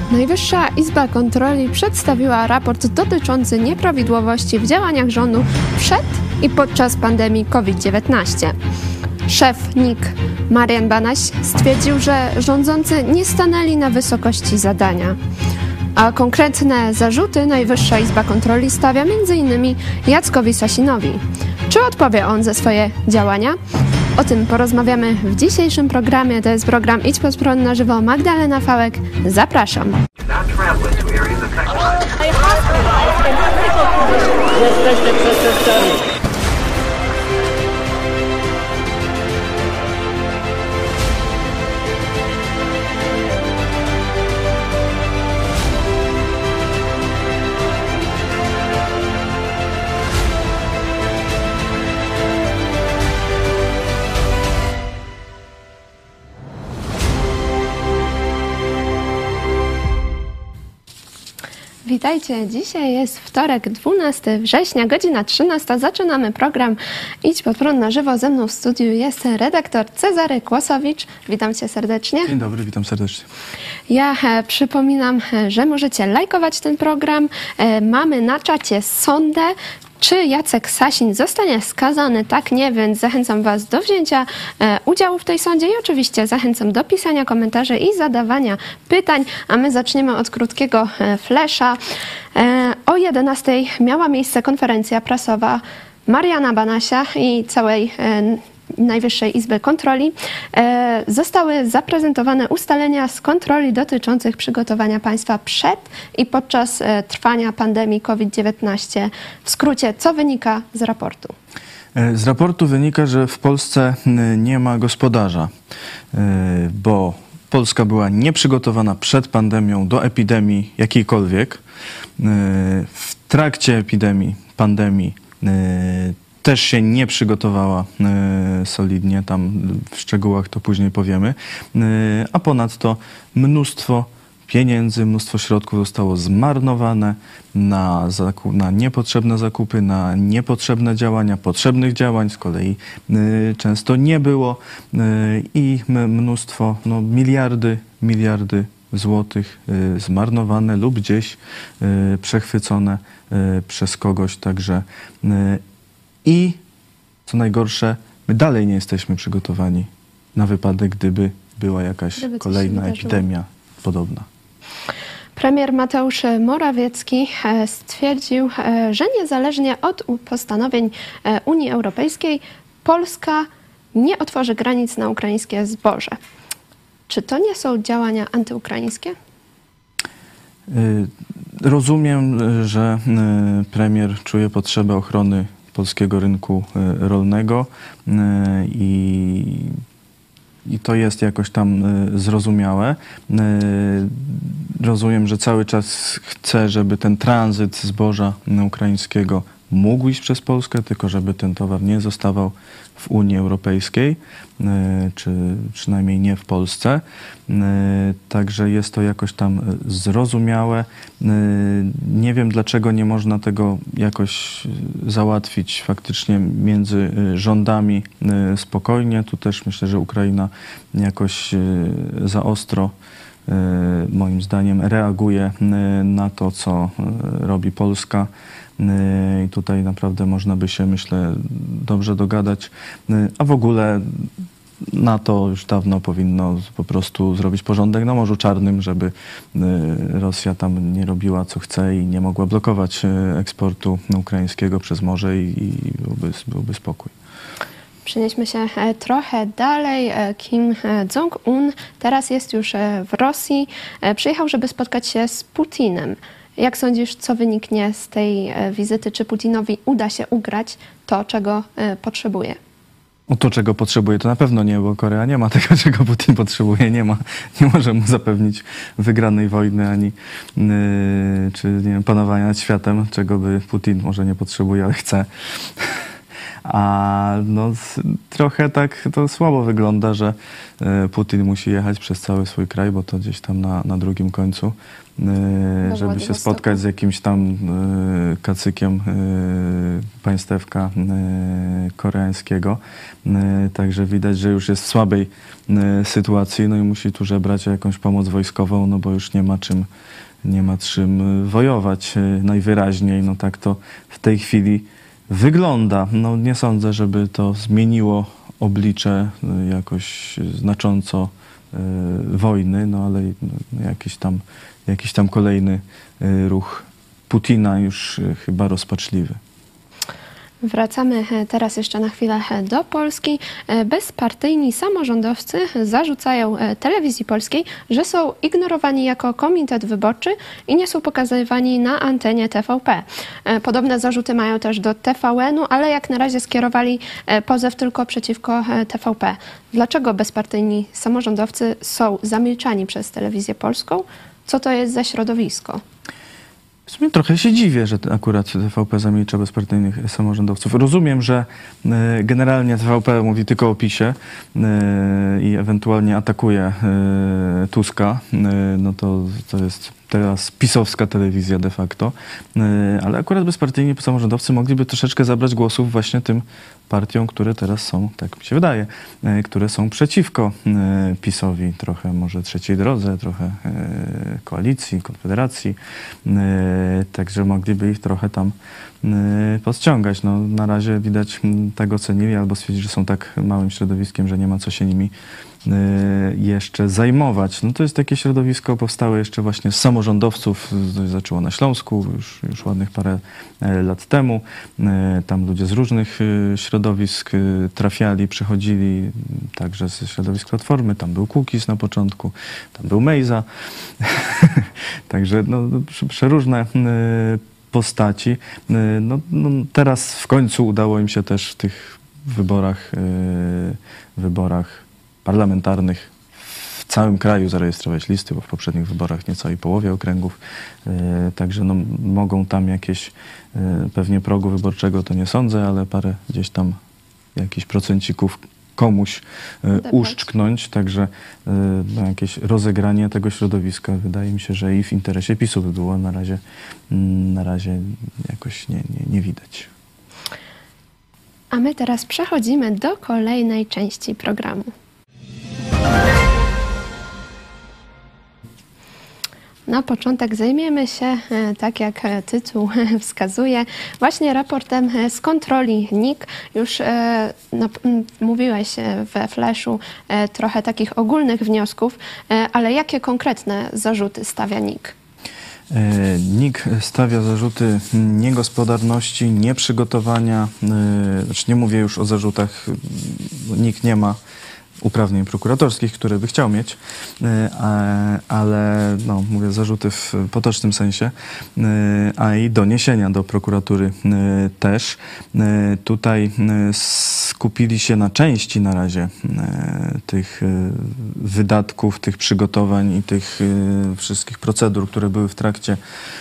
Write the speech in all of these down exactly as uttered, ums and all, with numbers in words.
Najwyższa Izba Kontroli przedstawiła raport dotyczący nieprawidłowości w działaniach rządu przed i podczas pandemii COVID dziewiętnaście. Szef N I K Marian Banaś stwierdził, że rządzący nie stanęli na wysokości zadania. A konkretne zarzuty Najwyższa Izba Kontroli stawia między innymi Jackowi Sasinowi. Czy odpowie on za swoje działania? O tym porozmawiamy w dzisiejszym programie. To jest program Idź Pod Prąd na żywo. Magdalena Fałek. Zapraszam. Jesteście przestępcami. Witajcie, dzisiaj jest wtorek, dwunastego września, godzina trzynasta. Zaczynamy program Idź Pod Prąd na żywo. Ze mną w studiu jest redaktor Cezary Kłosowicz. Witam Cię serdecznie. Dzień dobry, witam serdecznie. Ja e, przypominam, że możecie lajkować ten program. E, mamy na czacie sondę. Czy Jacek Sasin zostanie skazany? Tak, nie, więc zachęcam Was do wzięcia e, udziału w tej sądzie i oczywiście zachęcam do pisania komentarzy i zadawania pytań, a my zaczniemy od krótkiego e, flesza. E, o jedenastej miała miejsce konferencja prasowa Mariana Banasia i całej e, Najwyższej Izby Kontroli. E, zostały zaprezentowane ustalenia z kontroli dotyczących przygotowania państwa przed i podczas e, trwania pandemii COVID dziewiętnaście. W skrócie, co wynika z raportu? Z raportu wynika, że w Polsce nie ma gospodarza, bo Polska była nieprzygotowana przed pandemią do epidemii jakiejkolwiek. W trakcie epidemii, pandemii też się nie przygotowała y, solidnie, tam w szczegółach to później powiemy, y, a ponadto mnóstwo pieniędzy, mnóstwo środków zostało zmarnowane na, zakup, na niepotrzebne zakupy, na niepotrzebne działania, potrzebnych działań z kolei y, często nie było y, i mnóstwo, no, miliardy, miliardy złotych y, zmarnowane lub gdzieś y, przechwycone y, przez kogoś, także y, i co najgorsze, my dalej nie jesteśmy przygotowani na wypadek, gdyby była jakaś gdyby kolejna epidemia podobna. Premier Mateusz Morawiecki stwierdził, że niezależnie od postanowień Unii Europejskiej Polska nie otworzy granic na ukraińskie zboże. Czy to nie są działania antyukraińskie? Rozumiem, że premier czuje potrzebę ochrony polskiego rynku rolnego i, i to jest jakoś tam zrozumiałe. Rozumiem, że cały czas chce, żeby ten tranzyt zboża ukraińskiego mógł iść przez Polskę, tylko żeby ten towar nie zostawał w Unii Europejskiej, czy przynajmniej nie w Polsce. Także jest to jakoś tam zrozumiałe. Nie wiem, dlaczego nie można tego jakoś załatwić faktycznie między rządami spokojnie. Tu też myślę, że Ukraina jakoś za ostro, moim zdaniem, reaguje na to, co robi Polska. I tutaj naprawdę można by się, myślę, dobrze dogadać. A w ogóle NATO już dawno powinno po prostu zrobić porządek na Morzu Czarnym, żeby Rosja tam nie robiła co chce i nie mogła blokować eksportu ukraińskiego przez morze i, i byłby, byłby spokój. Przenieśmy się trochę dalej. Kim Jong-un teraz jest już w Rosji. Przyjechał, żeby spotkać się z Putinem. Jak sądzisz, co wyniknie z tej wizyty? Czy Putinowi uda się ugrać to, czego potrzebuje? O to, czego potrzebuje, to na pewno nie, bo Korea nie ma tego, czego Putin potrzebuje. Nie ma, nie może mu zapewnić wygranej wojny ani yy, czy nie wiem, panowania nad światem, czego by Putin może nie potrzebuje, ale chce. A no, trochę tak to słabo wygląda, że Putin musi jechać przez cały swój kraj, bo to gdzieś tam na, na drugim końcu, żeby się spotkać z jakimś tam kacykiem państewka koreańskiego. Także widać, że już jest w słabej sytuacji, no i musi tu żebrać o jakąś pomoc wojskową, no bo już nie ma czym, nie ma czym wojować najwyraźniej. No tak to w tej chwili wygląda. No nie sądzę, żeby to zmieniło oblicze jakoś znacząco wojny, no ale jakiś tam, jakiś tam kolejny ruch Putina już chyba rozpaczliwy. Wracamy teraz jeszcze na chwilę do Polski. Bezpartyjni samorządowcy zarzucają Telewizji Polskiej, że są ignorowani jako komitet wyborczy i nie są pokazywani na antenie T V P. Podobne zarzuty mają też do T V N-u, ale jak na razie skierowali pozew tylko przeciwko T V P. Dlaczego bezpartyjni samorządowcy są zamilczani przez Telewizję Polską? Co to jest za środowisko? W sumie trochę się dziwię, że akurat T V P zamilcza bezpartyjnych samorządowców. Rozumiem, że generalnie T V P mówi tylko o PiSie i ewentualnie atakuje Tuska. No to, to jest teraz pisowska telewizja de facto. Ale akurat bezpartyjni samorządowcy mogliby troszeczkę zabrać głosów właśnie tym partiom, które teraz są, tak mi się wydaje, które są przeciwko PiSowi. Trochę może Trzeciej Drodze, trochę Koalicji, Konfederacji. Także mogliby ich trochę tam podciągać. No, na razie widać tego cenili albo stwierdzili, że są tak małym środowiskiem, że nie ma co się nimi jeszcze zajmować. No to jest takie środowisko powstałe jeszcze właśnie z samorządowców. Zaczęło na Śląsku już, już ładnych parę lat temu. Tam ludzie z różnych środowisk trafiali, przychodzili także ze środowisk Platformy. Tam był Kukiz na początku, tam był Mejza. Także no, przeróżne postaci. No, no, teraz w końcu udało im się też w tych wyborach, wyborach parlamentarnych w całym kraju zarejestrować listy, bo w poprzednich wyborach niecałej połowie okręgów. Także no, mogą tam jakieś, pewnie progu wyborczego to nie sądzę, ale parę gdzieś tam jakichś procencików komuś Dobrać. uszczknąć, także no, jakieś rozegranie tego środowiska wydaje mi się, że i w interesie PiSu by było. Na razie, na razie jakoś nie, nie, nie widać. A my teraz przechodzimy do kolejnej części programu. Na początek zajmiemy się, tak jak tytuł wskazuje, właśnie raportem z kontroli N I K. Już no, mówiłeś we Flashu trochę takich ogólnych wniosków, ale jakie konkretne zarzuty stawia N I K? N I K stawia zarzuty niegospodarności, nieprzygotowania, znaczy nie mówię już o zarzutach, N I K nie ma uprawnień prokuratorskich, które by chciał mieć, ale no, mówię zarzuty w potocznym sensie, a i doniesienia do prokuratury też. Tutaj skupili się na części na razie tych wydatków, tych przygotowań i tych wszystkich procedur, które były w trakcie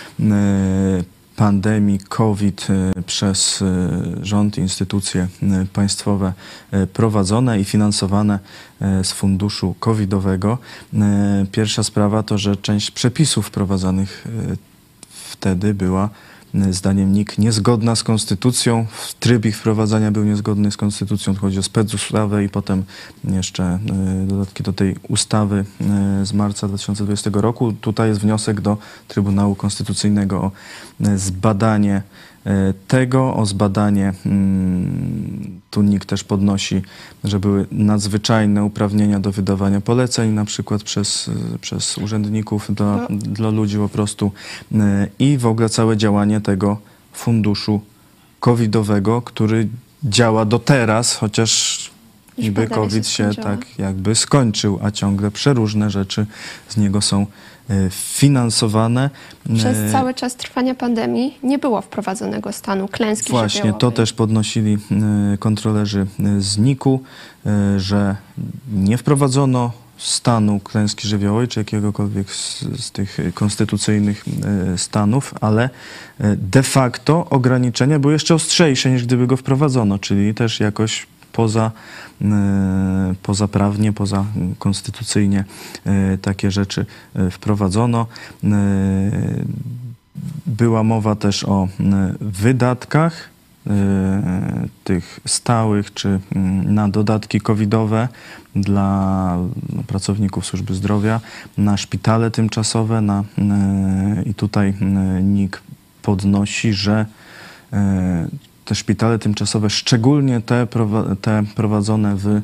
pandemii COVID przez rząd, instytucje państwowe prowadzone i finansowane z funduszu covidowego. Pierwsza sprawa to, że część przepisów wprowadzanych wtedy była zdaniem N I K niezgodna z konstytucją. Tryb ich wprowadzania był niezgodny z konstytucją. Chodzi o specustawę i potem jeszcze dodatki do tej ustawy z marca dwa tysiące dwudziestego roku. Tutaj jest wniosek do Trybunału Konstytucyjnego o zbadanie tego, o zbadanie, tu N I K też podnosi, że były nadzwyczajne uprawnienia do wydawania poleceń, na przykład przez, przez urzędników dla, no. dla ludzi po prostu i w ogóle całe działanie tego funduszu covidowego, który działa do teraz, chociaż niby COVID się, się tak jakby skończył, a ciągle przeróżne rzeczy z niego są finansowane. Przez cały czas trwania pandemii nie było wprowadzonego stanu klęski Właśnie, żywiołowej. to też podnosili kontrolerzy z N I K-u, że nie wprowadzono stanu klęski żywiołowej, czy jakiegokolwiek z, z tych konstytucyjnych e, stanów, ale e, de facto ograniczenia były jeszcze ostrzejsze, niż gdyby go wprowadzono, czyli też jakoś poza, e, pozaprawnie, poza konstytucyjnie e, takie rzeczy e, wprowadzono. E, była mowa też o e, wydatkach tych stałych, czy na dodatki covidowe dla no, pracowników służby zdrowia, na szpitale tymczasowe, na, i tutaj N I K podnosi, że te szpitale tymczasowe, szczególnie te, te prowadzone w,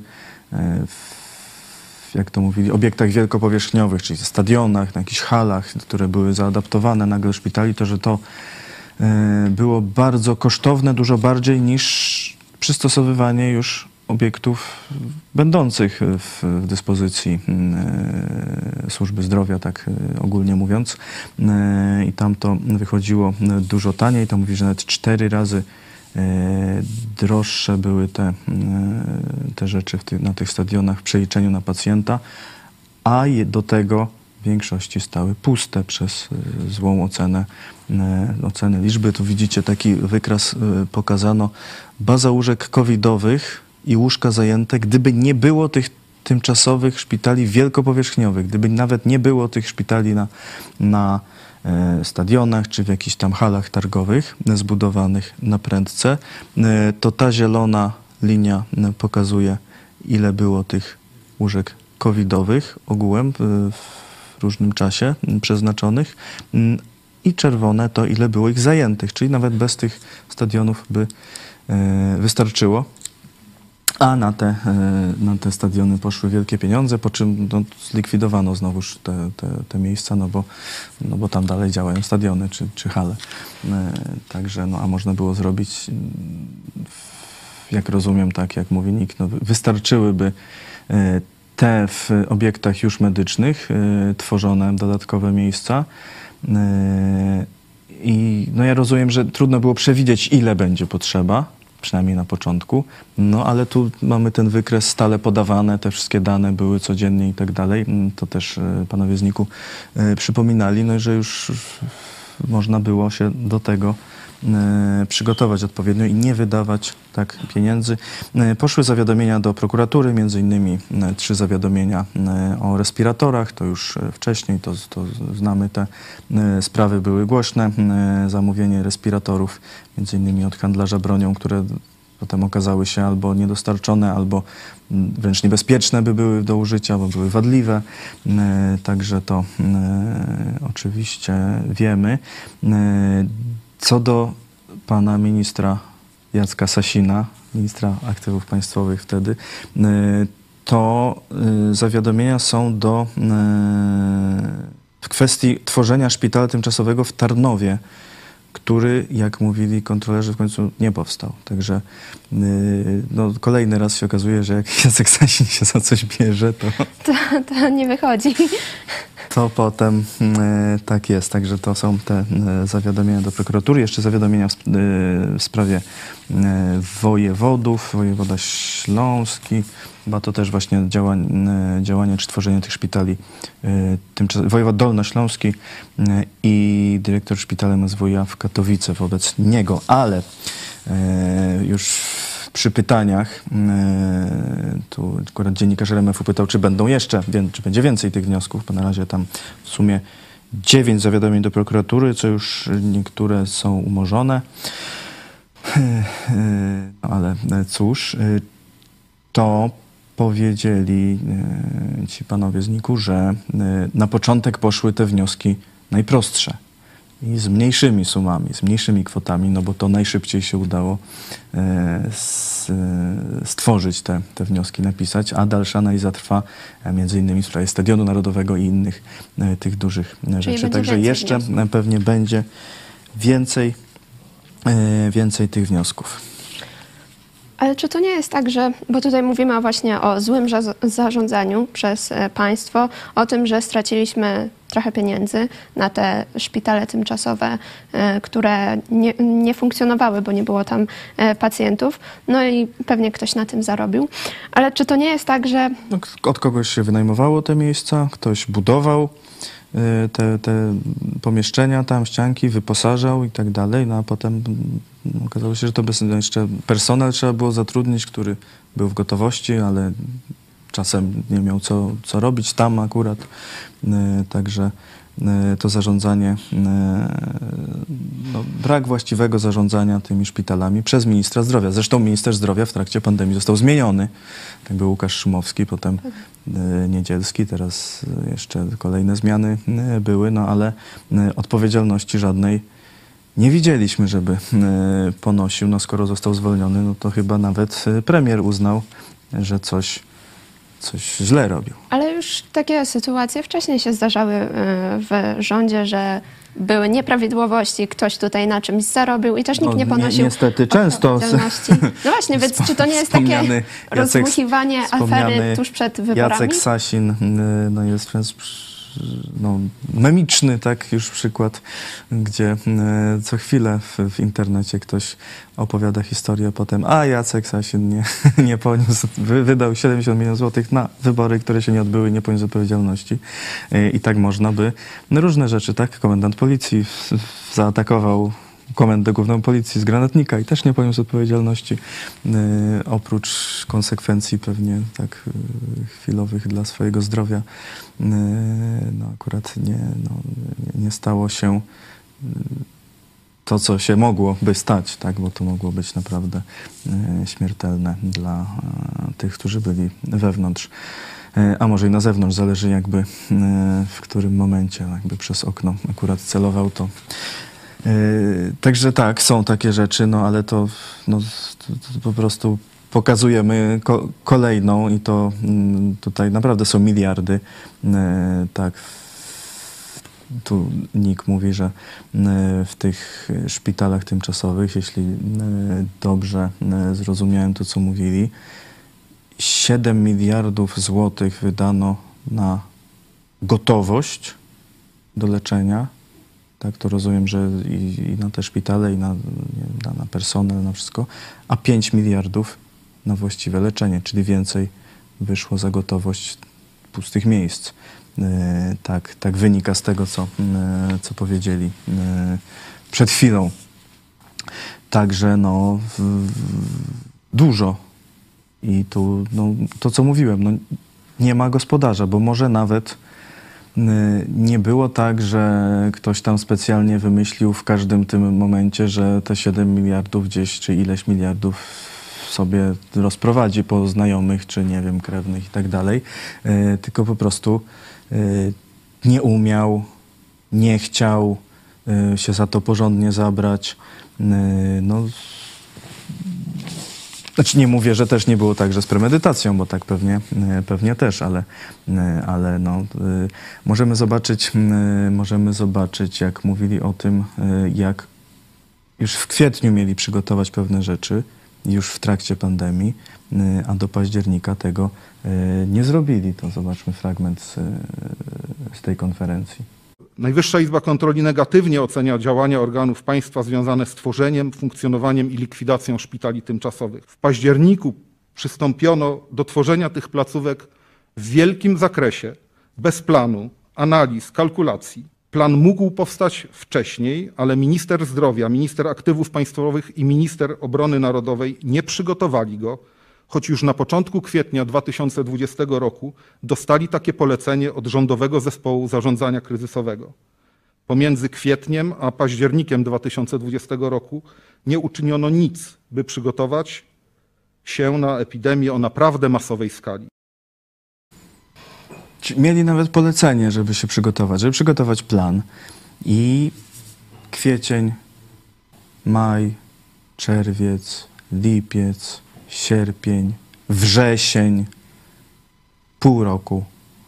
w, jak to mówili, obiektach wielkopowierzchniowych, czyli stadionach, na jakichś halach, które były zaadaptowane nagle do szpitali, to że to było bardzo kosztowne, dużo bardziej niż przystosowywanie już obiektów będących w dyspozycji służby zdrowia, tak ogólnie mówiąc. I tam to wychodziło dużo taniej. To mówi, że nawet cztery razy droższe były te, te rzeczy w ty, na tych stadionach w przeliczeniu na pacjenta, a do tego w większości stały puste przez złą ocenę, ocenę liczby. Tu widzicie taki wykres, pokazano baza łóżek covidowych i łóżka zajęte, gdyby nie było tych tymczasowych szpitali wielkopowierzchniowych, gdyby nawet nie było tych szpitali na, na stadionach czy w jakichś tam halach targowych zbudowanych na prędce, to ta zielona linia pokazuje, ile było tych łóżek covidowych ogółem w w różnym czasie przeznaczonych i czerwone to, ile było ich zajętych, czyli nawet bez tych stadionów by wystarczyło. A na te, na te stadiony poszły wielkie pieniądze, po czym no, zlikwidowano znowuż te, te, te miejsca, no bo, no bo tam dalej działają stadiony czy, czy hale. Także, no a można było zrobić, jak rozumiem, tak jak mówi N I K, no, wystarczyłyby te w obiektach już medycznych y, tworzone dodatkowe miejsca. Y, I no ja rozumiem, że trudno było przewidzieć, ile będzie potrzeba, przynajmniej na początku, no ale tu mamy ten wykres stale podawane, te wszystkie dane były codziennie i tak dalej. To też y, panowie z N I K-u y, przypominali, no, że już można było się do tego przygotować odpowiednio i nie wydawać tak pieniędzy. Poszły zawiadomienia do prokuratury, między innymi trzy zawiadomienia o respiratorach, to już wcześniej, to, to znamy, te sprawy były głośne. Zamówienie respiratorów, między innymi od handlarza bronią, które potem okazały się albo niedostarczone, albo wręcz niebezpieczne by były do użycia, bo były wadliwe. Także to oczywiście wiemy. Co do pana ministra Jacka Sasina, ministra aktywów państwowych wtedy, to zawiadomienia są do, w kwestii tworzenia szpitala tymczasowego w Tarnowie, który, jak mówili kontrolerzy, w końcu nie powstał. Także no, kolejny raz się okazuje, że jak Jacek Sasin się za coś bierze, to... To, to nie wychodzi. To potem e, tak jest. Także to są te e, zawiadomienia do prokuratury. Jeszcze zawiadomienia w, e, w sprawie e, wojewodów, wojewoda śląski. Chyba to też właśnie działań, e, działanie czy tworzenie tych szpitali. E, tymczas, wojewód dolnośląski e, i dyrektor szpitala M S W iA w Katowice wobec niego. Ale e, już przy pytaniach, yy, tu akurat dziennikarz R M F-u pytał, czy będą jeszcze, wie, czy będzie więcej tych wniosków, bo na razie tam w sumie dziewięć zawiadomień do prokuratury, co już niektóre są umorzone. Yy, yy, ale cóż, yy, to powiedzieli yy, ci panowie z N I K-u, że yy, na początek poszły te wnioski najprostsze. I z mniejszymi sumami, z mniejszymi kwotami, no bo to najszybciej się udało e, s, e, stworzyć te, te wnioski, napisać, a dalsza analiza trwa e, między innymi w sprawie Stadionu Narodowego i innych e, tych dużych e, rzeczy. Także jeszcze wniosków. Pewnie będzie więcej, e, więcej tych wniosków. Ale czy to nie jest tak, że, bo tutaj mówimy właśnie o złym zarządzaniu przez państwo, o tym, że straciliśmy trochę pieniędzy na te szpitale tymczasowe, które nie, nie funkcjonowały, bo nie było tam pacjentów. No i pewnie ktoś na tym zarobił. Ale czy to nie jest tak, że... No, od kogoś się wynajmowało te miejsca, ktoś budował te, te pomieszczenia tam, ścianki, wyposażał i tak dalej, no a potem no, okazało się, że to bez, jeszcze personel trzeba było zatrudnić, który był w gotowości, ale czasem nie miał co, co robić tam akurat, także to zarządzanie, no, brak właściwego zarządzania tymi szpitalami przez ministra zdrowia. Zresztą minister zdrowia w trakcie pandemii został zmieniony. Tak był Łukasz Szumowski, potem Niedzielski, teraz jeszcze kolejne zmiany były, no ale odpowiedzialności żadnej nie widzieliśmy, żeby ponosił. No skoro został zwolniony, no to chyba nawet premier uznał, że coś coś źle robił. Ale już takie sytuacje wcześniej się zdarzały w rządzie, że były nieprawidłowości, ktoś tutaj na czymś zarobił i też nikt no, nie ponosił ni niestety często. No właśnie, więc czy to nie jest takie rozdmuchiwanie afery tuż przed wyborami? Jacek Sasin no jest no, memiczny, tak, już przykład, gdzie e, co chwilę w, w internecie ktoś opowiada historię, potem a Jacek Sasin nie, nie poniósł, wy, wydał siedemdziesiąt milionów złotych na wybory, które się nie odbyły, nie poniósł odpowiedzialności. E, I tak można by no, różne rzeczy, tak, komendant policji w, w, zaatakował Komendę Główną Policji z granatnika i też nie poniósł odpowiedzialności, yy, oprócz konsekwencji pewnie tak yy, chwilowych dla swojego zdrowia. Yy, no akurat nie, no, nie, nie stało się yy, to, co się mogłoby stać, tak, bo to mogło być naprawdę yy, śmiertelne dla yy, tych, którzy byli wewnątrz. Yy, a może i na zewnątrz, zależy jakby yy, w którym momencie jakby przez okno akurat celował to. Yy, także tak, są takie rzeczy, no ale to, no, to, to po prostu pokazujemy ko kolejną i to yy, tutaj naprawdę są miliardy. Yy, tak, tu Nick mówi, że yy, w tych szpitalach tymczasowych, jeśli yy, dobrze yy, zrozumiałem to, co mówili, siedem miliardów złotych wydano na gotowość do leczenia. Tak, to rozumiem, że i, i na te szpitale, i na, na, na personel, na wszystko, a pięć miliardów na właściwe leczenie, czyli więcej wyszło za gotowość pustych miejsc. Yy, tak, tak wynika z tego, co, yy, co powiedzieli yy, przed chwilą. Także no, w, w, dużo. I tu no, to, co mówiłem, no, nie ma gospodarza, bo może nawet nie było tak, że ktoś tam specjalnie wymyślił w każdym tym momencie, że te siedem miliardów gdzieś, czy ileś miliardów sobie rozprowadzi po znajomych, czy nie wiem, krewnych i tak dalej, tylko po prostu nie umiał, nie chciał się za to porządnie zabrać. No, znaczy nie mówię, że też nie było tak, że z premedytacją, bo tak pewnie, pewnie też, ale, ale no, możemy zobaczyć, możemy zobaczyć, jak mówili o tym, jak już w kwietniu mieli przygotować pewne rzeczy, już w trakcie pandemii, a do października tego nie zrobili. To zobaczmy fragment z, z tej konferencji. Najwyższa Izba Kontroli negatywnie ocenia działania organów państwa związane z tworzeniem, funkcjonowaniem i likwidacją szpitali tymczasowych. W październiku przystąpiono do tworzenia tych placówek w wielkim zakresie, bez planu, analiz, kalkulacji. Plan mógł powstać wcześniej, ale minister zdrowia, minister aktywów państwowych i minister obrony narodowej nie przygotowali go, choć już na początku kwietnia dwa tysiące dwudziestego roku dostali takie polecenie od Rządowego Zespołu Zarządzania Kryzysowego. Pomiędzy kwietniem a październikiem dwa tysiące dwudziestego roku nie uczyniono nic, by przygotować się na epidemię o naprawdę masowej skali. Mieli nawet polecenie, żeby się przygotować, żeby przygotować plan. I kwiecień, maj, czerwiec, lipiec, sierpień, wrzesień, pół roku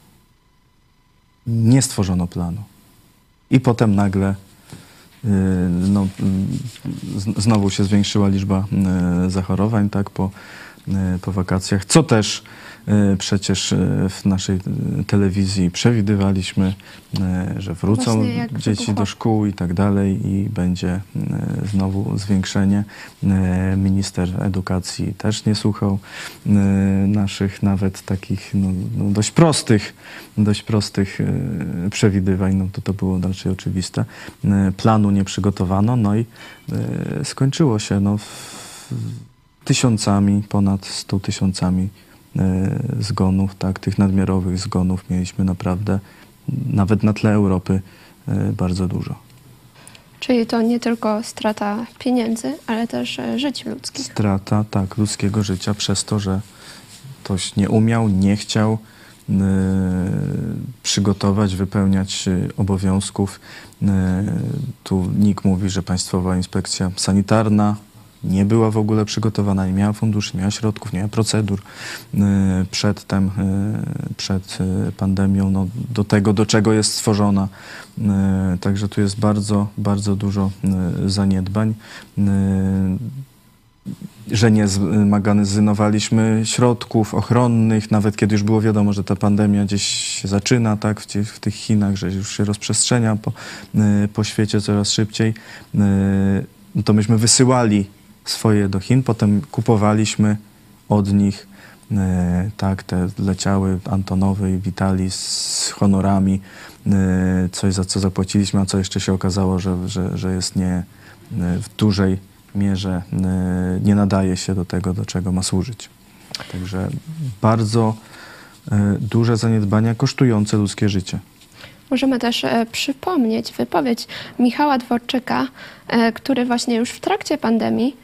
nie stworzono planu. I potem nagle yy, no, yy, znowu się zwiększyła liczba yy, zachorowań, tak, po, po wakacjach, co też przecież w naszej telewizji przewidywaliśmy, że wrócą dzieci do szkół i tak dalej i będzie znowu zwiększenie. Minister edukacji też nie słuchał naszych nawet takich no, no dość prostych, dość prostych przewidywań, no to to było raczej oczywiste. Planu nie przygotowano, no i skończyło się no, tysiącami, ponad stu tysiącami zgonów, tak, tych nadmiarowych zgonów mieliśmy naprawdę, nawet na tle Europy, bardzo dużo. Czyli to nie tylko strata pieniędzy, ale też żyć ludzkich. Strata, tak, ludzkiego życia przez to, że ktoś nie umiał, nie chciał y, przygotować, wypełniać obowiązków. Y, tu N I K mówi, że Państwowa Inspekcja Sanitarna nie była w ogóle przygotowana, nie miała funduszy, nie miała środków, nie miała procedur y, przedtem, y, przed y, pandemią, no, do tego, do czego jest stworzona. Y, także tu jest bardzo, bardzo dużo y, zaniedbań. Y, że nie zmagazynowaliśmy środków ochronnych, nawet kiedy już było wiadomo, że ta pandemia gdzieś się zaczyna, tak, w, w tych Chinach, że już się rozprzestrzenia po, y, po świecie coraz szybciej, y, to myśmy wysyłali swoje do Chin, potem kupowaliśmy od nich, e, tak, te leciały Antonowy i Vitali z honorami, e, coś za co zapłaciliśmy, a co jeszcze się okazało, że, że, że jest nie, w dużej mierze e, nie nadaje się do tego, do czego ma służyć. Także bardzo e, duże zaniedbania kosztujące ludzkie życie. Możemy też e, przypomnieć wypowiedź Michała Dworczyka, e, który właśnie już w trakcie pandemii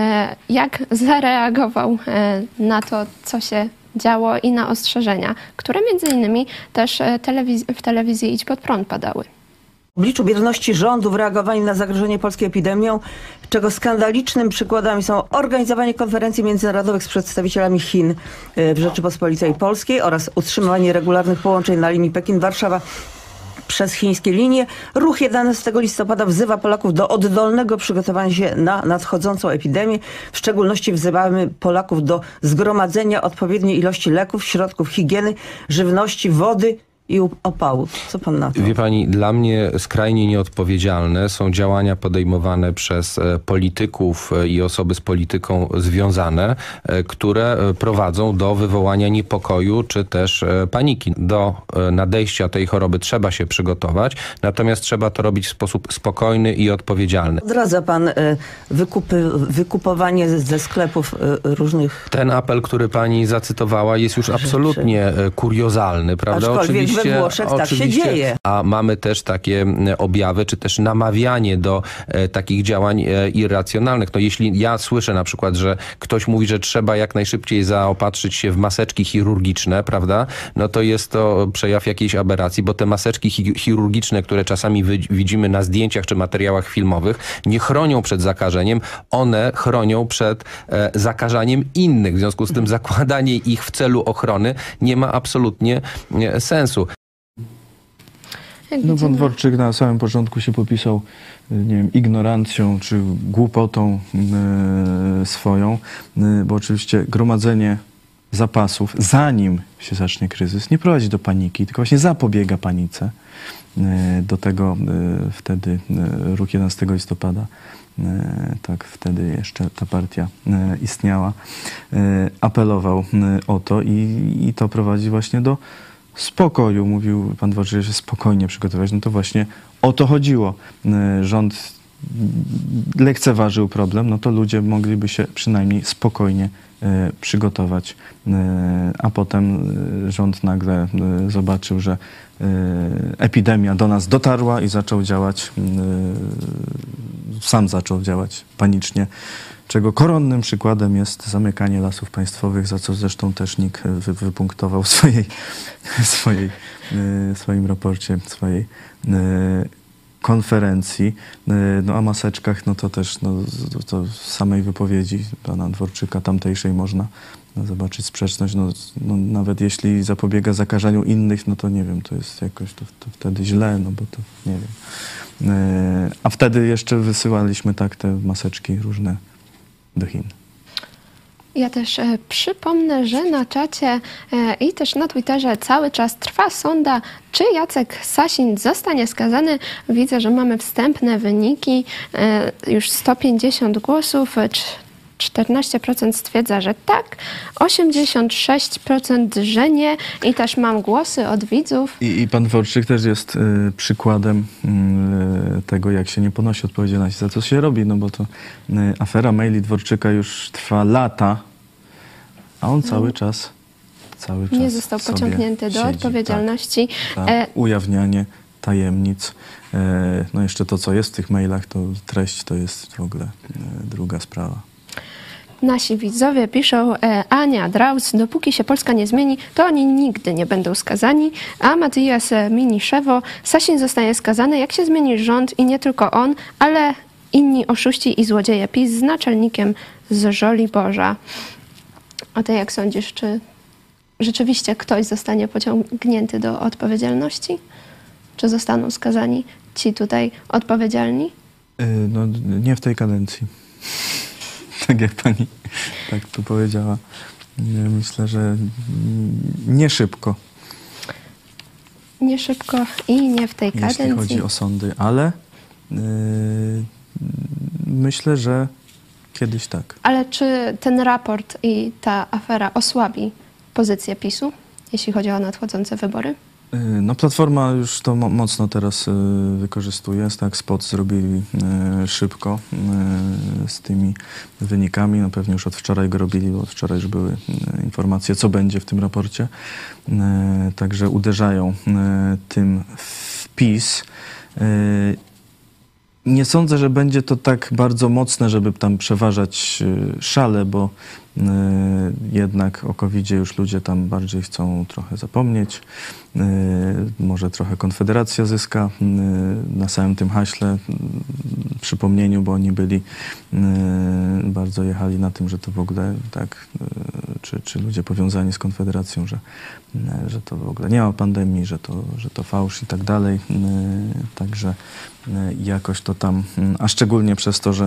jak zareagował na to, co się działo i na ostrzeżenia, które między innymi też telewiz- w telewizji Idź Pod Prąd padały. W obliczu bierności rządu w reagowaniu na zagrożenie polskiej epidemią, czego skandalicznym przykładami są organizowanie konferencji międzynarodowych z przedstawicielami Chin w Rzeczypospolitej Polskiej oraz utrzymywanie regularnych połączeń na linii Pekin-Warszawa przez chińskie linie. Ruch jedenastego listopada wzywa Polaków do oddolnego przygotowania się na nadchodzącą epidemię. W szczególności wzywamy Polaków do zgromadzenia odpowiedniej ilości leków, środków higieny, żywności, wody i opału. Co pan na to? Wie pani, dla mnie skrajnie nieodpowiedzialne są działania podejmowane przez polityków i osoby z polityką związane, które prowadzą do wywołania niepokoju czy też paniki. Do nadejścia tej choroby trzeba się przygotować, natomiast trzeba to robić w sposób spokojny i odpowiedzialny. Odradza pan wykupy, wykupowanie ze sklepów różnych... Ten apel, który pani zacytowała, jest już rzeczy. absolutnie kuriozalny, prawda? Aczkolwiek Oczywiście, we Włoszech tak się dzieje. A mamy też takie objawy, czy też namawianie do e, takich działań e, irracjonalnych. No jeśli ja słyszę na przykład, że ktoś mówi, że trzeba jak najszybciej zaopatrzyć się w maseczki chirurgiczne, prawda? No to jest to przejaw jakiejś aberracji, bo te maseczki chi chirurgiczne, które czasami widzimy na zdjęciach czy materiałach filmowych, nie chronią przed zakażeniem, one chronią przed e, zakażaniem innych. W związku z tym zakładanie ich w celu ochrony nie ma absolutnie e, sensu. No pan Dworczyk na samym początku się popisał, nie wiem, ignorancją czy głupotą e, swoją, e, bo oczywiście gromadzenie zapasów, zanim się zacznie kryzys, nie prowadzi do paniki, tylko właśnie zapobiega panice. E, do tego e, wtedy e, ruch jedenastego listopada, e, tak wtedy jeszcze ta partia e, istniała, e, apelował e, o to i, i to prowadzi właśnie do spokoju. Mówił pan Dworczyk, że się spokojnie przygotować. No to właśnie o to chodziło. Rząd lekceważył problem, no to ludzie mogliby się przynajmniej spokojnie e, przygotować. E, a potem e, rząd nagle e, zobaczył, że e, epidemia do nas dotarła i zaczął działać, e, sam zaczął działać panicznie, czego koronnym przykładem jest zamykanie lasów państwowych, za co zresztą też N I K wy, wypunktował w swojej, swojej, y, swoim raporcie, swojej y, konferencji. Y, no a maseczkach, no to też no, to, to z samej wypowiedzi pana Dworczyka tamtejszej można no, zobaczyć sprzeczność. No, no, nawet jeśli zapobiega zakażeniu innych, no to nie wiem, to jest jakoś to, to wtedy źle, no bo to nie wiem. Y, a wtedy jeszcze wysyłaliśmy tak te maseczki różne do Chin. Ja też e, przypomnę, że na czacie e, i też na Twitterze cały czas trwa sonda, czy Jacek Sasin zostanie skazany. Widzę, że mamy wstępne wyniki, e, już sto pięćdziesiąt głosów, e, czternaście procent stwierdza, że tak, osiemdziesiąt sześć procent, że nie i też mam głosy od widzów. I, i pan Dworczyk też jest y, przykładem y, tego, jak się nie ponosi odpowiedzialności za co się robi, no bo to y, afera maili Dworczyka już trwa lata, a on cały No. czas, cały czas Nie został sobie pociągnięty do siedzi, odpowiedzialności. Tak, E, tak, ujawnianie tajemnic. E, no jeszcze to, co jest w tych mailach, to treść to jest w ogóle e, druga sprawa. Nasi widzowie piszą, e, Ania Draus, dopóki się Polska nie zmieni, to oni nigdy nie będą skazani. A Matias Miniszewo, Sasin zostanie skazany, jak się zmieni rząd i nie tylko on, ale inni oszuści i złodzieje PiS z naczelnikiem z Żoliborza. A ty jak sądzisz, czy rzeczywiście ktoś zostanie pociągnięty do odpowiedzialności? Czy zostaną skazani ci tutaj odpowiedzialni? E, no nie w tej kadencji. Tak jak pani tak tu powiedziała. Myślę, że nie szybko, Nie szybko i nie w tej jeśli kadencji. chodzi o sądy, ale yy, myślę, że kiedyś tak. Ale czy ten raport i ta afera osłabi pozycję PiSu, jeśli chodzi o nadchodzące wybory? Yy, No Platforma już to mo- mocno teraz yy, wykorzystuje. Tak, spot zrobili yy, szybko yy, z tymi wynikami. No pewnie już od wczoraj go robili, bo od wczoraj już były yy, informacje, co będzie w tym raporcie. Yy, Także uderzają yy, tym w PiS. Yy, Nie sądzę, że będzie to tak bardzo mocne, żeby tam przeważać y, szale, bo y, jednak o kowidzie już ludzie tam bardziej chcą trochę zapomnieć. Y, może trochę Konfederacja zyska y, na samym tym haśle, y, przypomnieniu, bo oni byli, y, bardzo jechali na tym, że to w ogóle tak, y, czy, czy ludzie powiązani z Konfederacją, że, y, że to w ogóle nie ma pandemii, że to, że to fałsz i tak dalej. Y, Także y, jakoś to tam, y, a szczególnie przez to, że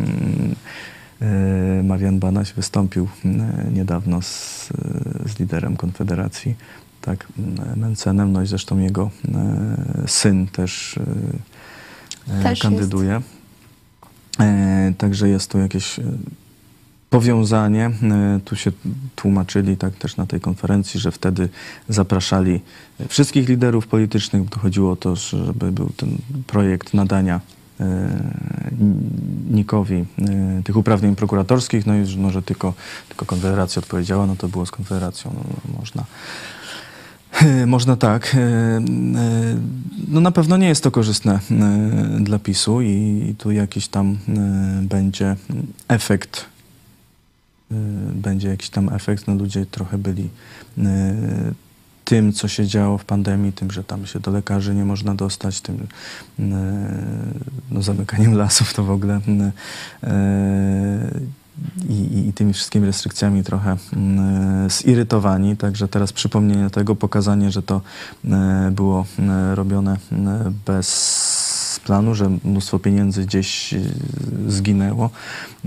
y, Marian Banaś wystąpił y, niedawno z, y, z liderem Konfederacji, tak, y, Mencenem, no i zresztą jego y, syn też, y, Też kandyduje. Y, Także jest tu jakieś y, powiązanie. Y, Tu się tłumaczyli tak też na tej konferencji, że wtedy zapraszali wszystkich liderów politycznych, bo to chodziło o to, żeby był ten projekt nadania y, Nikowi y, tych uprawnień prokuratorskich, no i że może tylko, tylko Konfederacja odpowiedziała, no to było z Konfederacją, no, można. Można tak. No na pewno nie jest to korzystne dla PiSu i tu jakiś tam będzie efekt, będzie jakiś tam efekt. No ludzie trochę byli tym, co się działo w pandemii, tym, że tam się do lekarzy nie można dostać, tym no, zamykaniem lasów to w ogóle i, i, i tymi wszystkimi restrykcjami trochę y, zirytowani. Także teraz przypomnienie tego, pokazanie, że to y, było y, robione y, bez planu, że mnóstwo pieniędzy gdzieś y, zginęło y,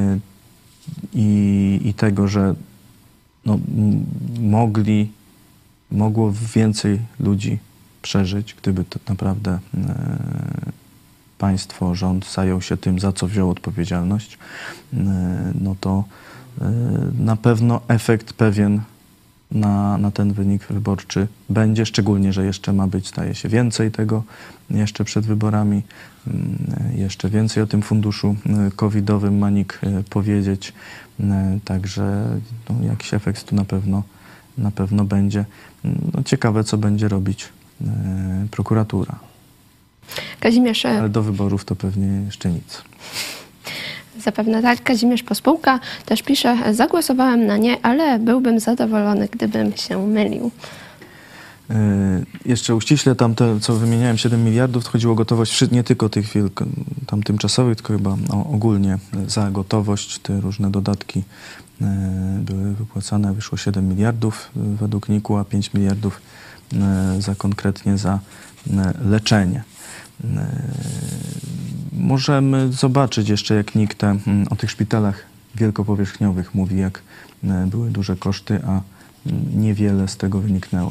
i, i tego, że no, m- mogli, mogło więcej ludzi przeżyć, gdyby to naprawdę y, państwo, rząd zajął się tym, za co wziął odpowiedzialność, no to na pewno efekt pewien na, na ten wynik wyborczy będzie, szczególnie, że jeszcze ma być, staje się więcej tego jeszcze przed wyborami, jeszcze więcej o tym funduszu covidowym ma NIK powiedzieć, także no, jakiś efekt tu na pewno, na pewno będzie. No, ciekawe, co będzie robić prokuratura. Kazimierz, Ale do wyborów to pewnie jeszcze nic. Zapewne tak. Kazimierz Pospółka też pisze, zagłosowałem na nie, ale byłbym zadowolony, gdybym się mylił. Yy, jeszcze uściśle tam te, co wymieniałem, siedem miliardów, to chodziło o gotowość wszy- nie tylko tych wielko, tam tymczasowych, tylko chyba o, ogólnie za gotowość, te różne dodatki yy, były wypłacane, wyszło siedem miliardów yy, według niku, a pięć miliardów yy, za konkretnie za yy, leczenie. Możemy zobaczyć jeszcze, jak NIK te, o tych szpitalach wielkopowierzchniowych mówi, jak były duże koszty, a niewiele z tego wyniknęło.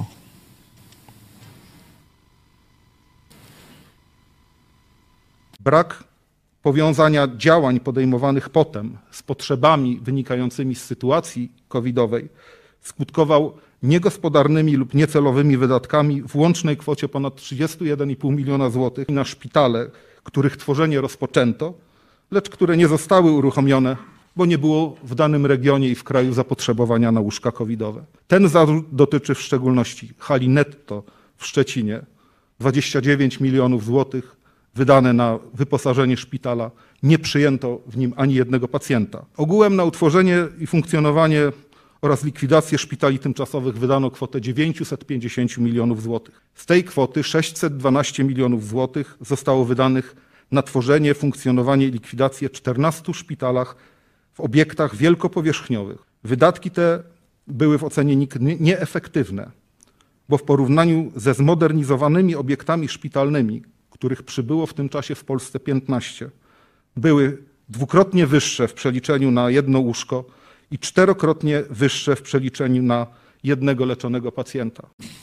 Brak powiązania działań podejmowanych potem z potrzebami wynikającymi z sytuacji covidowej skutkował niegospodarnymi lub niecelowymi wydatkami w łącznej kwocie ponad trzydzieści jeden i pół miliona złotych na szpitale, których tworzenie rozpoczęto, lecz które nie zostały uruchomione, bo nie było w danym regionie i w kraju zapotrzebowania na łóżka covidowe. Ten zarzut dotyczy w szczególności hali Netto w Szczecinie, dwadzieścia dziewięć milionów złotych wydane na wyposażenie szpitala, nie przyjęto w nim ani jednego pacjenta. Ogółem na utworzenie i funkcjonowanie oraz likwidację szpitali tymczasowych wydano kwotę dziewięćset pięćdziesiąt milionów złotych. Z tej kwoty sześćset dwanaście milionów złotych zostało wydanych na tworzenie, funkcjonowanie i likwidację czternastu szpitalach w obiektach wielkopowierzchniowych. Wydatki te były w ocenie N I K nieefektywne, bo w porównaniu ze zmodernizowanymi obiektami szpitalnymi, których przybyło w tym czasie w Polsce piętnaście, były dwukrotnie wyższe w przeliczeniu na jedno łóżko i czterokrotnie wyższe w przeliczeniu na jednego leczonego pacjenta.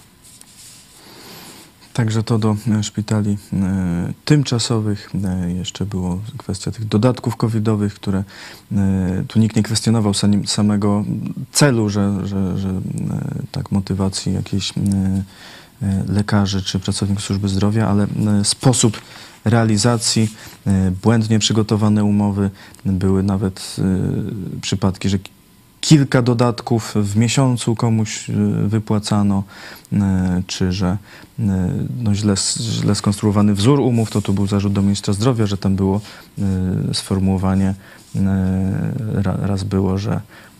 Także to do szpitali e, tymczasowych. E, jeszcze było kwestia tych dodatków covidowych, które e, tu nikt nie kwestionował sami, samego celu, że, że, że e, tak motywacji jakiejś e, e, lekarzy czy pracowników służby zdrowia, ale e, sposób realizacji, e, błędnie przygotowane umowy, były nawet e, przypadki, że kilka dodatków w miesiącu komuś wypłacano, czy że no źle, źle skonstruowany wzór umów, to tu był zarzut do ministra zdrowia, że tam było sformułowanie, raz było, że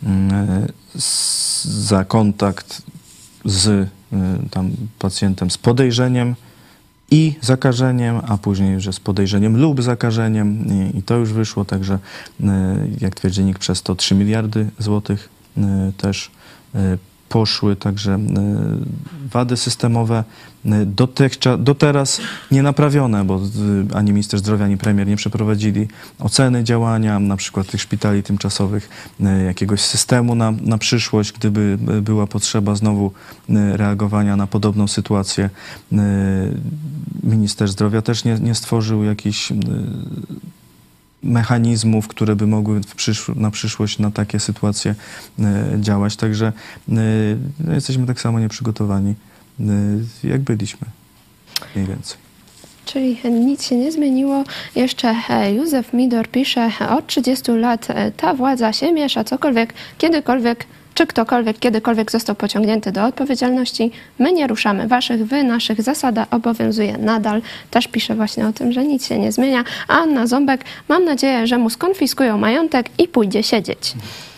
za kontakt z tam pacjentem z podejrzeniem i zakażeniem, a później, że z podejrzeniem lub zakażeniem i, i to już wyszło, także jak twierdzi N I K, przez to trzy miliardy złotych też poszły, także wady systemowe dotychczas, do teraz nie naprawione, bo ani minister zdrowia, ani premier nie przeprowadzili oceny działania, na przykład tych szpitali tymczasowych, jakiegoś systemu na, na przyszłość, gdyby była potrzeba znowu reagowania na podobną sytuację. Minister zdrowia też nie, nie stworzył jakichś mechanizmów, które by mogły w przysz na przyszłość na takie sytuacje y, działać. Także y, no, jesteśmy tak samo nieprzygotowani, y, jak byliśmy. Mniej więcej. Czyli nic się nie zmieniło. Jeszcze Józef Midor pisze, od trzydziestu lat ta władza się miesza, cokolwiek, kiedykolwiek, czy ktokolwiek kiedykolwiek został pociągnięty do odpowiedzialności. My nie ruszamy waszych, wy naszych. Zasada obowiązuje nadal. Też pisze właśnie o tym, że nic się nie zmienia. A Anna Ząbek, mam nadzieję, że mu skonfiskują majątek i pójdzie siedzieć.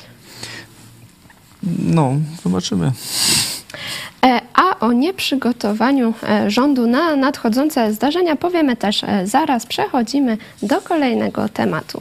No, zobaczymy. A o nieprzygotowaniu rządu na nadchodzące zdarzenia powiemy też zaraz. Przechodzimy do kolejnego tematu.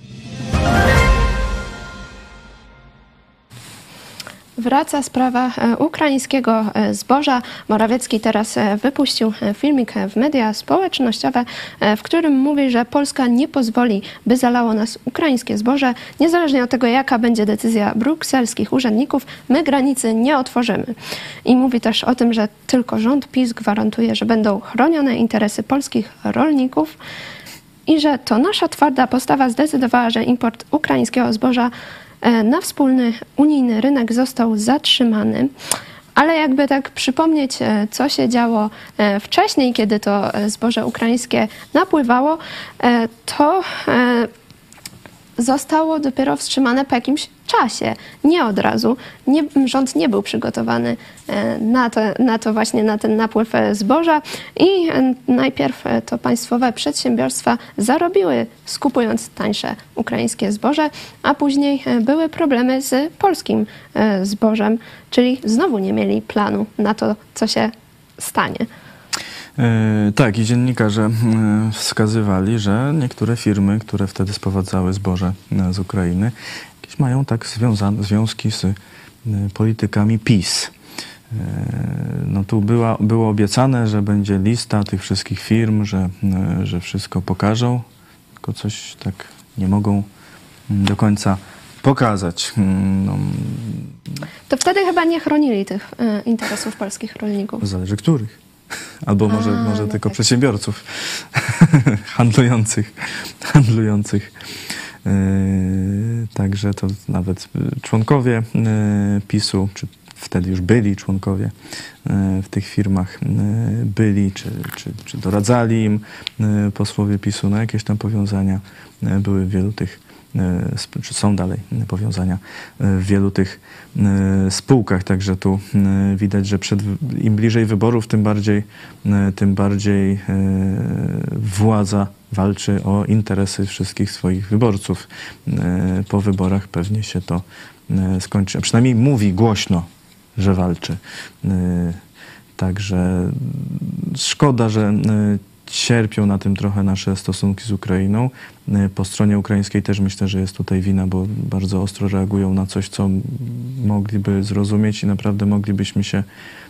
Wraca sprawa ukraińskiego zboża. Morawiecki teraz wypuścił filmik w media społecznościowe, w którym mówi, że Polska nie pozwoli, by zalało nas ukraińskie zboże. Niezależnie od tego, jaka będzie decyzja brukselskich urzędników, my granicy nie otworzymy. I mówi też o tym, że tylko rząd PiS gwarantuje, że będą chronione interesy polskich rolników i że to nasza twarda postawa zdecydowała, że import ukraińskiego zboża na wspólny unijny rynek został zatrzymany. Ale jakby tak przypomnieć, co się działo wcześniej, kiedy to zboże ukraińskie napływało, to zostało dopiero wstrzymane po jakimś czasie, nie od razu. Nie, rząd nie był przygotowany na to, na to właśnie, na ten napływ zboża i najpierw to państwowe przedsiębiorstwa zarobiły, skupując tańsze ukraińskie zboże, a później były problemy z polskim zbożem, czyli znowu nie mieli planu na to, co się stanie. E, tak, i dziennikarze e, wskazywali, że niektóre firmy, które wtedy sprowadzały zboże e, z Ukrainy, jakieś mają tak związane, związki z e, politykami PiS. E, no tu była, było obiecane, że będzie lista tych wszystkich firm, że, e, że wszystko pokażą, tylko coś tak nie mogą do końca pokazać. No, To wtedy chyba nie chronili tych e, interesów polskich rolników. zależy których. Albo może, A, może no tylko tak. przedsiębiorców handlujących. handlujących. Yy, także to nawet członkowie yy, PiSu, czy wtedy już byli członkowie yy, w tych firmach, yy, byli, czy, czy, czy doradzali im yy, posłowie PiSu, no jakieś tam powiązania yy, były w wielu tych, yy, sp- czy są dalej yy, powiązania yy, w wielu tych yy, spółkach, także tu yy, widać, że przed, im bliżej wyborów, tym bardziej, yy, tym bardziej yy, władza walczy o interesy wszystkich swoich wyborców. E, Po wyborach pewnie się to e, skończy. A przynajmniej mówi głośno, że walczy. E, Także szkoda, że e, cierpią na tym trochę nasze stosunki z Ukrainą. E, Po stronie ukraińskiej też myślę, że jest tutaj wina, bo bardzo ostro reagują na coś, co mogliby zrozumieć i naprawdę moglibyśmy się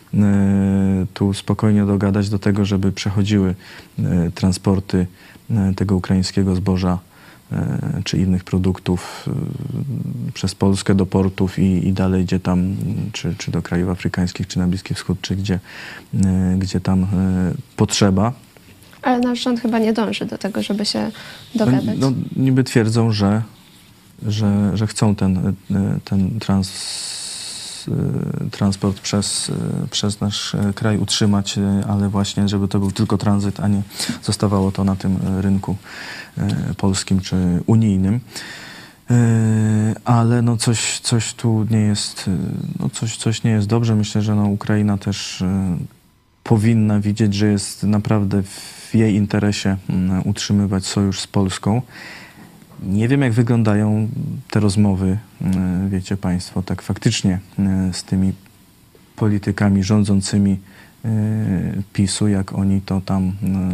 e, tu spokojnie dogadać do tego, żeby przechodziły e, transporty e, tego ukraińskiego zboża e, czy innych produktów e, przez Polskę do portów i, i dalej, gdzie tam, czy, czy do krajów afrykańskich, czy na Bliski Wschód, czy gdzie, e, gdzie tam e, potrzeba. Ale nasz rząd chyba nie dąży do tego, żeby się dogadać. No, no, niby twierdzą, że, że, że chcą ten, e, ten trans, e, transport przez, e, przez nasz e, kraj utrzymać, e, ale właśnie, żeby to był tylko tranzyt, a nie zostawało to na tym e, rynku e, polskim czy unijnym. E, Ale no coś, coś tu nie jest, e, no coś, coś nie jest dobrze. Myślę, że no Ukraina też e, powinna widzieć, że jest naprawdę w jej interesie mm, utrzymywać sojusz z Polską. Nie wiem, jak wyglądają te rozmowy, mm, wiecie Państwo, tak faktycznie mm, z tymi politykami rządzącymi y, PiSu, jak oni to tam y,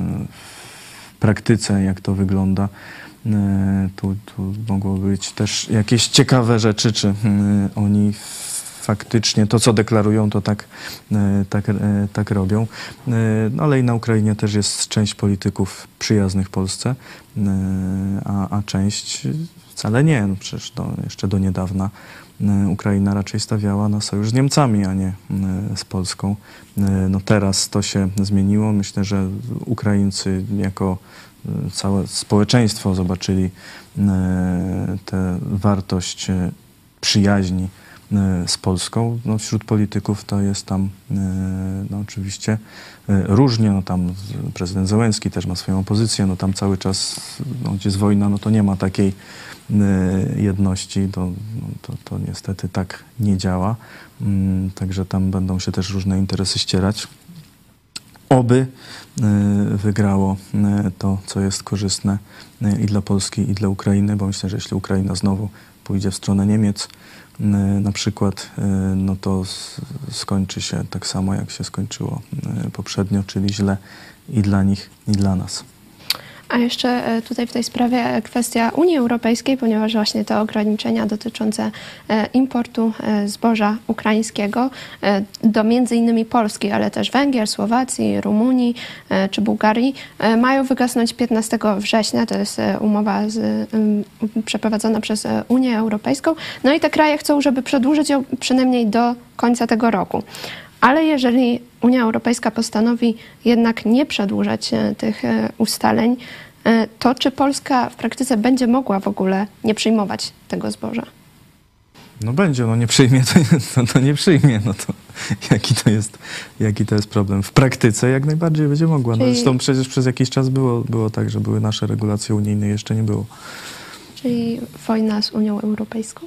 w praktyce, jak to wygląda. Y, Tu, tu mogło być też jakieś ciekawe rzeczy, czy y, oni faktycznie to, co deklarują, to tak, e, tak, e, tak robią. E, No ale i na Ukrainie też jest część polityków przyjaznych Polsce, e, a, a część wcale nie. No przecież do, jeszcze do niedawna e, Ukraina raczej stawiała na sojusz z Niemcami, a nie e, z Polską. E, No teraz to się zmieniło. Myślę, że Ukraińcy jako e, całe społeczeństwo zobaczyli e, tę wartość e, przyjaźni z Polską. No, wśród polityków to jest tam no, oczywiście różnie. No, tam prezydent Zełenski też ma swoją pozycję. No, tam cały czas, no, gdzie jest wojna, no, to nie ma takiej jedności. To, no, to, to niestety tak nie działa. Także tam będą się też różne interesy ścierać. Oby wygrało to, co jest korzystne i dla Polski, i dla Ukrainy, bo myślę, że jeśli Ukraina znowu pójdzie w stronę Niemiec, na przykład, no to skończy się tak samo, jak się skończyło poprzednio, czyli źle i dla nich, i dla nas. A jeszcze tutaj w tej sprawie kwestia Unii Europejskiej, ponieważ właśnie te ograniczenia dotyczące importu zboża ukraińskiego do między innymi Polski, ale też Węgier, Słowacji, Rumunii czy Bułgarii mają wygasnąć piętnastego września. To jest umowa z, przeprowadzona przez Unię Europejską. No i te kraje chcą, żeby przedłużyć ją przynajmniej do końca tego roku. Ale jeżeli Unia Europejska postanowi jednak nie przedłużać tych ustaleń, to czy Polska w praktyce będzie mogła w ogóle nie przyjmować tego zboża? No będzie, no nie przyjmie, to, no, to nie przyjmie. No to jaki to jest, jaki to jest problem? W praktyce jak najbardziej będzie mogła. No, Czyli... Zresztą przecież przez jakiś czas było, było tak, że były nasze regulacje unijne, jeszcze nie było. Czyli wojna z Unią Europejską?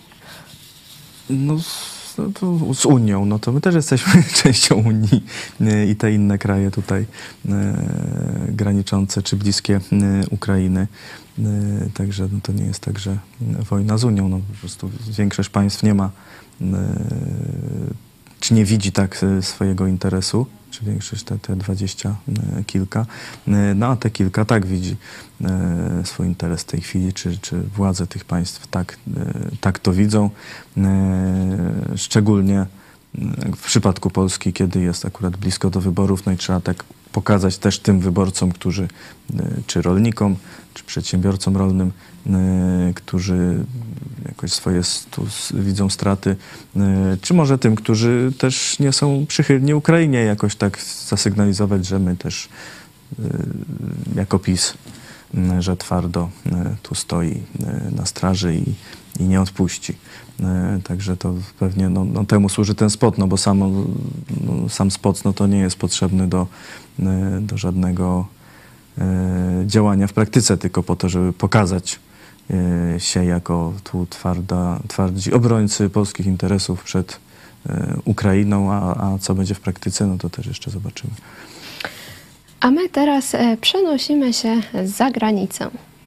No, no to z Unią, no to my też jesteśmy częścią Unii i te inne kraje tutaj e, graniczące czy bliskie e, Ukrainy. E, także no, to nie jest tak, że wojna z Unią. No, po prostu większość państw nie ma, e, czy nie widzi tak swojego interesu, czy większość, te, te dwadzieścia kilka, no a te kilka tak widzi e, swój interes w tej chwili, czy, czy władze tych państw tak, e, tak to widzą. E, szczególnie w przypadku Polski, kiedy jest akurat blisko do wyborów, no i trzeba tak pokazać też tym wyborcom, którzy, czy rolnikom, czy przedsiębiorcom rolnym, którzy jakoś swoje tu widzą straty, czy może tym, którzy też nie są przychylni Ukrainie, jakoś tak zasygnalizować, że my też jako PiS, że twardo tu stoi na straży i, i nie odpuści. Także to pewnie no, no temu służy ten spot, no bo sam, no, sam spot no to nie jest potrzebny do, do żadnego e, działania w praktyce, tylko po to, żeby pokazać e, się jako tu twarda, twardzi obrońcy polskich interesów przed e, Ukrainą, a, a co będzie w praktyce, no to też jeszcze zobaczymy. A my teraz e, przenosimy się za granicę.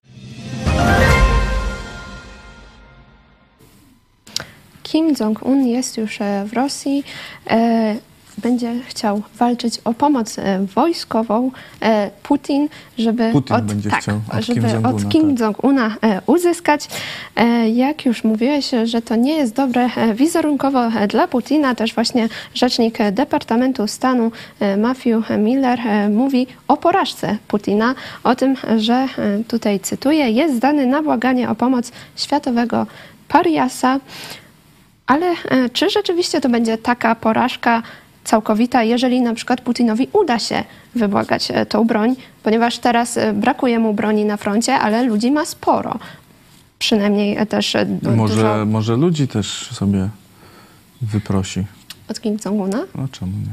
Kim Jong-un jest już w Rosji, e, będzie chciał walczyć o pomoc e, wojskową. E, Putin, żeby Putin od, będzie tak, chciał od żeby Kim Jong-una, od Kim tak. Jong-una e, uzyskać. E, jak już mówiłeś, że to nie jest dobre e, wizerunkowo e, dla Putina, też właśnie rzecznik e, Departamentu Stanu e, Matthew Miller e, mówi o porażce Putina, o tym, że e, tutaj cytuję, jest zdany na błaganie o pomoc światowego pariasa. Ale e, czy rzeczywiście to będzie taka porażka całkowita, jeżeli na przykład Putinowi uda się wybłagać e, tą broń, ponieważ teraz e, brakuje mu broni na froncie, ale ludzi ma sporo. Przynajmniej e, też e, du- Może, dużo może ludzi też sobie wyprosi. od Kim Jong-una. No czemu nie?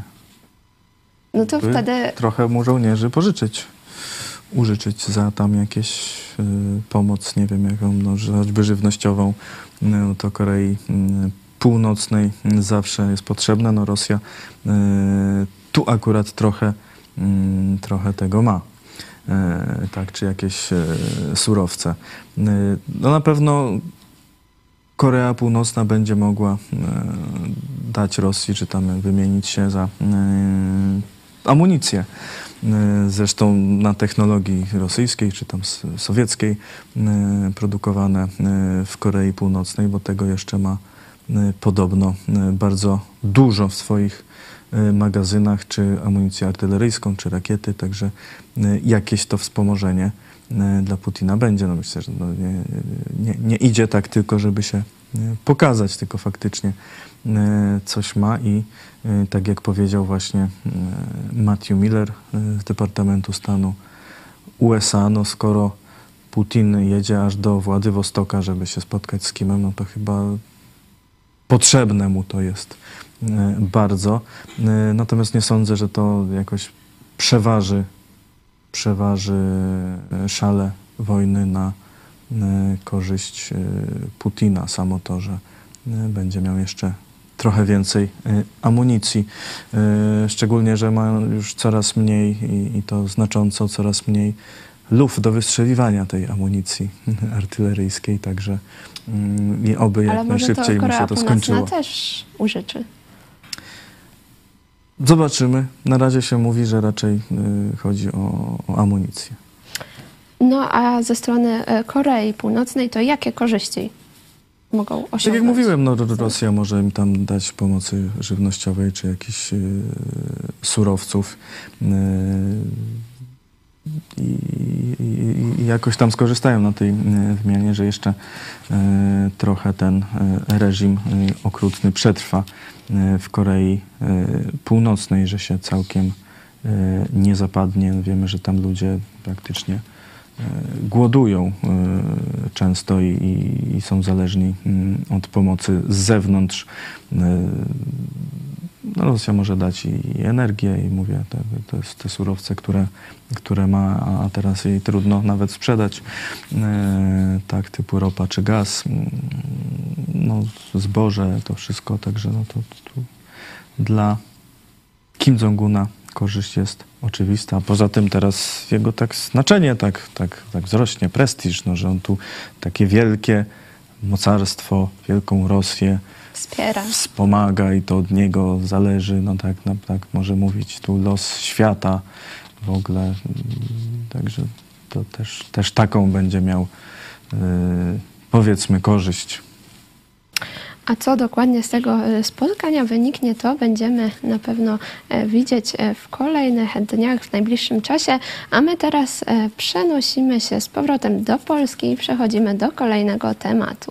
No to By wtedy trochę mu żołnierzy pożyczyć. Użyczyć za tam jakieś y, pomoc, nie wiem jaką, no, że choćby żywnościową, no, to Korei y, Północnej zawsze jest potrzebna. No Rosja y, tu akurat trochę, y, trochę tego ma. Y, tak, czy jakieś y, surowce. Y, no na pewno Korea Północna będzie mogła y, dać Rosji, czy tam wymienić się za y, amunicję. Zresztą na technologii rosyjskiej czy tam sowieckiej produkowane w Korei Północnej, bo tego jeszcze ma podobno bardzo dużo w swoich magazynach, czy amunicję artyleryjską, czy rakiety, także jakieś to wspomożenie dla Putina będzie. No myślę, że no nie, nie, nie idzie tak tylko, żeby się pokazać, tylko faktycznie coś ma i tak jak powiedział właśnie Matthew Miller z Departamentu Stanu U S A, no skoro Putin jedzie aż do Władywostoka, żeby się spotkać z Kimem, no to chyba potrzebne mu to jest bardzo. Natomiast nie sądzę, że to jakoś przeważy, przeważy szale wojny na korzyść Putina. Samo to, że będzie miał jeszcze trochę więcej amunicji. Szczególnie, że ma już coraz mniej i, i to znacząco coraz mniej luf do wystrzeliwania tej amunicji artyleryjskiej, także i oby jak ale może to najszybciej mu Korea się to Północna skończyło. też użyczy. Zobaczymy. Na razie się mówi, że raczej y, chodzi o, o amunicję. No a ze strony e, Korei Północnej to jakie korzyści mogą osiągnąć? Tak jak mówiłem, no, Rosja może im tam dać pomocy żywnościowej czy jakichś y, surowców y, i, i, i jakoś tam skorzystają na tej y, wymianie, że jeszcze y, trochę ten y, reżim y, okrutny przetrwa y, w Korei y, Północnej, że się całkiem y, nie zapadnie. Wiemy, że tam ludzie praktycznie głodują często i, i, i są zależni od pomocy z zewnątrz. No, Rosja może dać i energię i mówię, to, to jest te surowce, które, które ma, a teraz jej trudno nawet sprzedać, tak, typu ropa czy gaz, no, zboże, to wszystko, także no, to, to dla Kim Jong-una korzyść jest oczywista. Poza tym teraz jego tak znaczenie tak, tak, tak wzrośnie, prestiż, no, że on tu takie wielkie mocarstwo, wielką Rosję Wspiera. wspomaga i to od niego zależy, no tak, no, tak może mówić, tu los świata w ogóle. Także to też, też taką będzie miał, yy, powiedzmy, korzyść. A co dokładnie z tego e, spotkania wyniknie, to będziemy na pewno e, widzieć e, w kolejnych dniach, w najbliższym czasie. A my teraz e, przenosimy się z powrotem do Polski i przechodzimy do kolejnego tematu.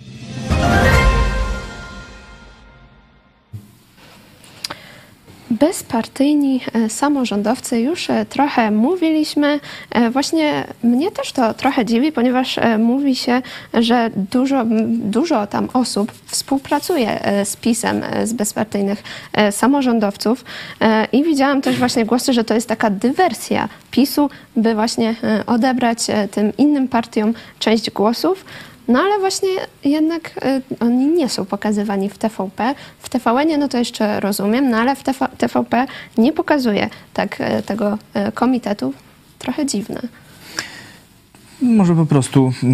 Bezpartyjni e, samorządowcy, już e, trochę mówiliśmy. E, Właśnie mnie też to trochę dziwi, ponieważ e, mówi się, że dużo, m, dużo tam osób współpracuje e, z PiS-em, e, z bezpartyjnych e, samorządowców E, i widziałam też właśnie głosy, że to jest taka dywersja PiS-u, by właśnie e, odebrać e, tym innym partiom część głosów. No ale właśnie jednak y, oni nie są pokazywani w T V P. W T V N-ie no to jeszcze rozumiem, no ale w T V P nie pokazuje tak y, tego y, komitetu. Trochę dziwne. Może po prostu yy,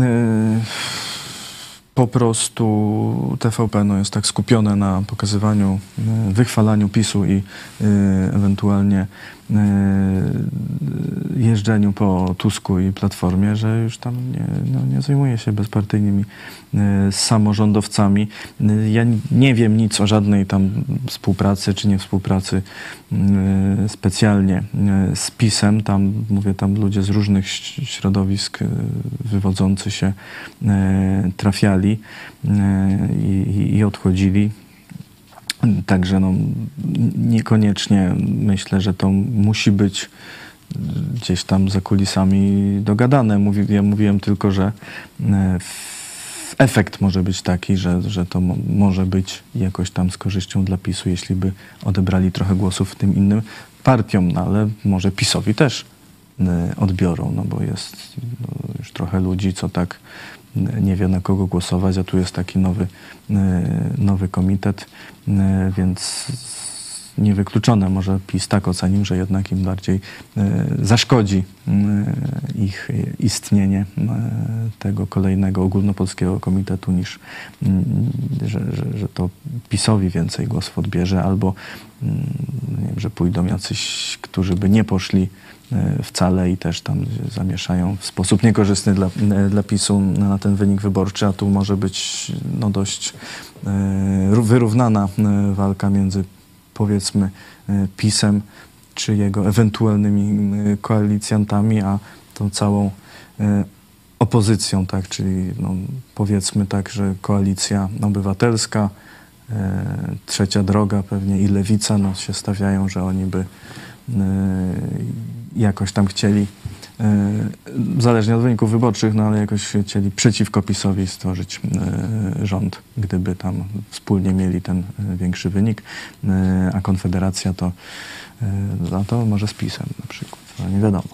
po prostu T V P no, jest tak skupione na pokazywaniu, yy, wychwalaniu PiS-u i yy, ewentualnie yy, jeżdżeniu po Tusku i Platformie, że już tam nie, no, nie zajmuje się bezpartyjnymi yy, samorządowcami. Yy, ja nie wiem nic o żadnej tam współpracy czy nie współpracy yy, specjalnie yy, z PiS-em. Tam, mówię, tam ludzie z różnych środowisk yy, wywodzący się yy, trafiali yy, i, i odchodzili. Także no, niekoniecznie myślę, że to musi być gdzieś tam za kulisami dogadane. Mówi, ja mówiłem tylko, że efekt może być taki, że, że to mo może być jakoś tam z korzyścią dla PiS-u, jeśli by odebrali trochę głosów tym innym partiom, no, ale może PiS-owi też odbiorą, no bo jest no, już trochę ludzi, co tak nie wie, na kogo głosować, a tu jest taki nowy, nowy komitet, więc niewykluczone, może PiS tak ocenił, że jednak im bardziej zaszkodzi ich istnienie tego kolejnego ogólnopolskiego komitetu, niż że, że, że to PiS-owi więcej głosów odbierze, albo nie wiem, że pójdą jacyś, którzy by nie poszli wcale i też tam zamieszają w sposób niekorzystny dla, dla PiS-u na ten wynik wyborczy, a tu może być no, dość wyrównana walka między, powiedzmy, PiS-em czy jego ewentualnymi koalicjantami, a tą całą opozycją, tak, czyli no, powiedzmy tak, że Koalicja Obywatelska, Trzecia Droga pewnie i Lewica no, się stawiają, że oni by jakoś tam chcieli, zależnie od wyników wyborczych, no ale jakoś chcieli przeciwko PiS-owi stworzyć rząd, gdyby tam wspólnie mieli ten większy wynik, a Konfederacja to, no to może z PiS-em na przykład, no nie wiadomo.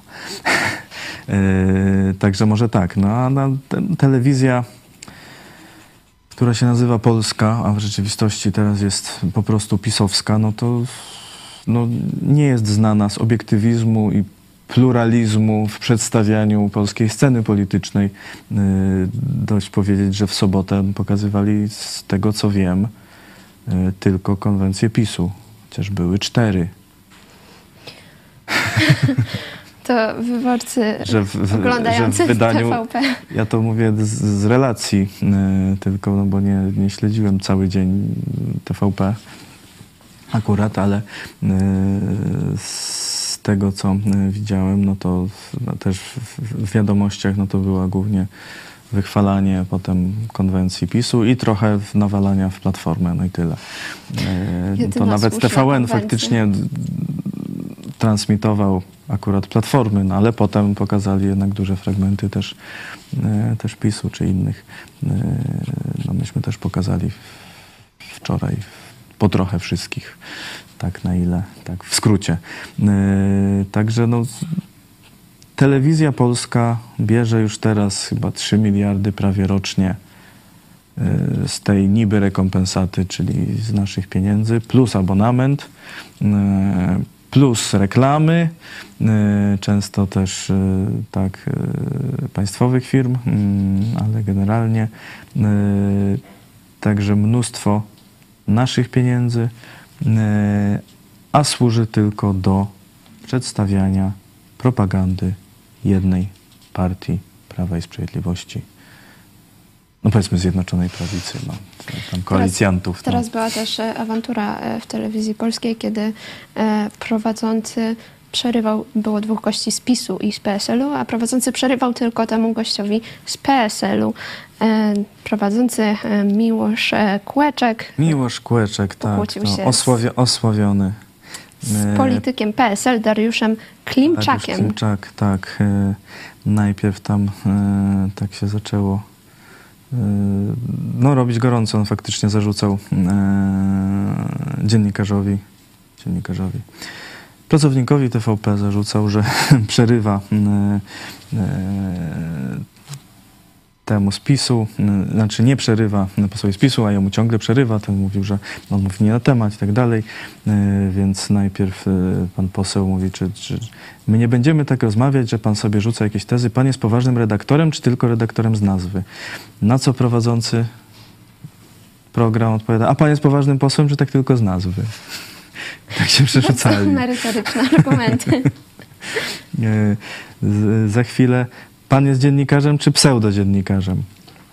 Także może tak, no a na te, telewizja, która się nazywa Polska, a w rzeczywistości teraz jest po prostu pisowska, no to no, nie jest znana z obiektywizmu i pluralizmu w przedstawianiu polskiej sceny politycznej. Yy, dość powiedzieć, że w sobotę pokazywali, z tego co wiem, yy, tylko konwencję PiS-u, chociaż były cztery. To wyborcy że w, w, oglądający że w wydaniu, T V P. Ja to mówię z, z relacji yy, tylko, no bo nie, nie śledziłem cały dzień T V P akurat, ale yy, z tego, co yy, widziałem, no to no, też w, w wiadomościach, no to była głównie wychwalanie potem konwencji PiS-u i trochę nawalania w Platformę, no i tyle. Yy, to nawet T V N konwencja. Faktycznie transmitował akurat Platformy, no ale potem pokazali jednak duże fragmenty też, yy, też PiS-u czy innych. Yy, no myśmy też pokazali wczoraj po trochę wszystkich, tak na ile, tak w skrócie. Yy, także no, telewizja polska bierze już teraz chyba trzy miliardy prawie rocznie yy, z tej niby rekompensaty, czyli z naszych pieniędzy, plus abonament, yy, plus reklamy, yy, często też yy, tak yy, państwowych firm, yy, ale generalnie yy, także mnóstwo naszych pieniędzy, a służy tylko do przedstawiania propagandy jednej partii Prawa i Sprawiedliwości. no powiedzmy Zjednoczonej Prawicy, no, tam koalicjantów. Teraz, teraz no. była też e, awantura e, w telewizji polskiej, kiedy e, prowadzący przerywał, było dwóch gości z PiSu i z P S L u, a prowadzący przerywał tylko temu gościowi z P S L u. E, prowadzący e, Miłosz e, Kłeczek. Miłosz Kłeczek, tak, Pokłócił się no, osławi- osławiony. z politykiem P S L Dariuszem Klimczakiem. Dariusz Klimczak, tak. E, najpierw tam e, tak się zaczęło e, no robić gorąco. On faktycznie zarzucał e, dziennikarzowi, dziennikarzowi, pracownikowi T V P zarzucał, że przerywa e, e, temu z PiSu, y, znaczy nie przerywa posłowi z PiSu, a jemu ciągle przerywa, ten mówił, że on mówi nie na temat i tak dalej, y, więc najpierw y, pan poseł mówi, czy, czy my nie będziemy tak rozmawiać, że pan sobie rzuca jakieś tezy, pan jest poważnym redaktorem, czy tylko redaktorem z nazwy? Na co prowadzący program odpowiada, a pan jest poważnym posłem, czy tak tylko z nazwy? Tak się przerzucali. Merytoryczne argumenty. Y, z, za chwilę pan jest dziennikarzem czy pseudodziennikarzem?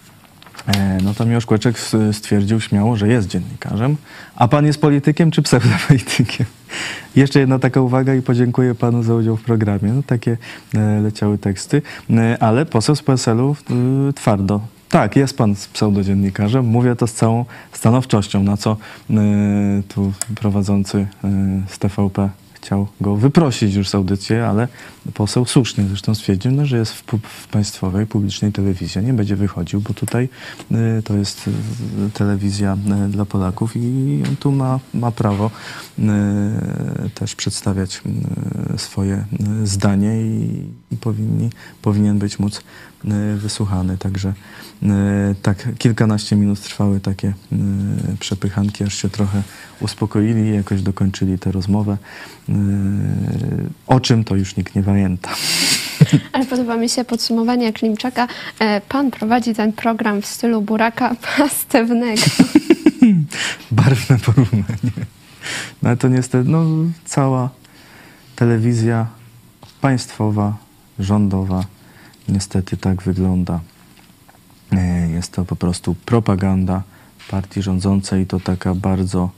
E, no to Miłosz Kłeczek stwierdził śmiało, że jest dziennikarzem. A pan jest politykiem czy pseudopolitykiem? Jeszcze jedna taka uwaga i podziękuję panu za udział w programie. No, takie e, leciały teksty. E, ale poseł z P S L u e, twardo. Tak, jest pan pseudodziennikarzem. Mówię to z całą stanowczością, na co e, tu prowadzący e, z T V P chciał go wyprosić już z audycji, ale poseł słusznie zresztą stwierdził, no, że jest w, w państwowej, publicznej telewizji, nie będzie wychodził, bo tutaj y, to jest y, telewizja y, dla Polaków i on tu ma, ma prawo y, też przedstawiać y, swoje y, zdanie i, i powinni, powinien być móc y, wysłuchany. Także y, tak kilkanaście minut trwały takie y, przepychanki, aż się trochę uspokoili i jakoś dokończyli tę rozmowę. Yy, o czym to już nikt nie pamięta. Ale podoba mi się podsumowanie Klimczaka. E, Pan prowadzi ten program w stylu buraka pastewnego. Barwne porównanie. No ale to niestety, no cała telewizja państwowa, rządowa niestety tak wygląda. E, jest to po prostu propaganda partii rządzącej, to taka bardzo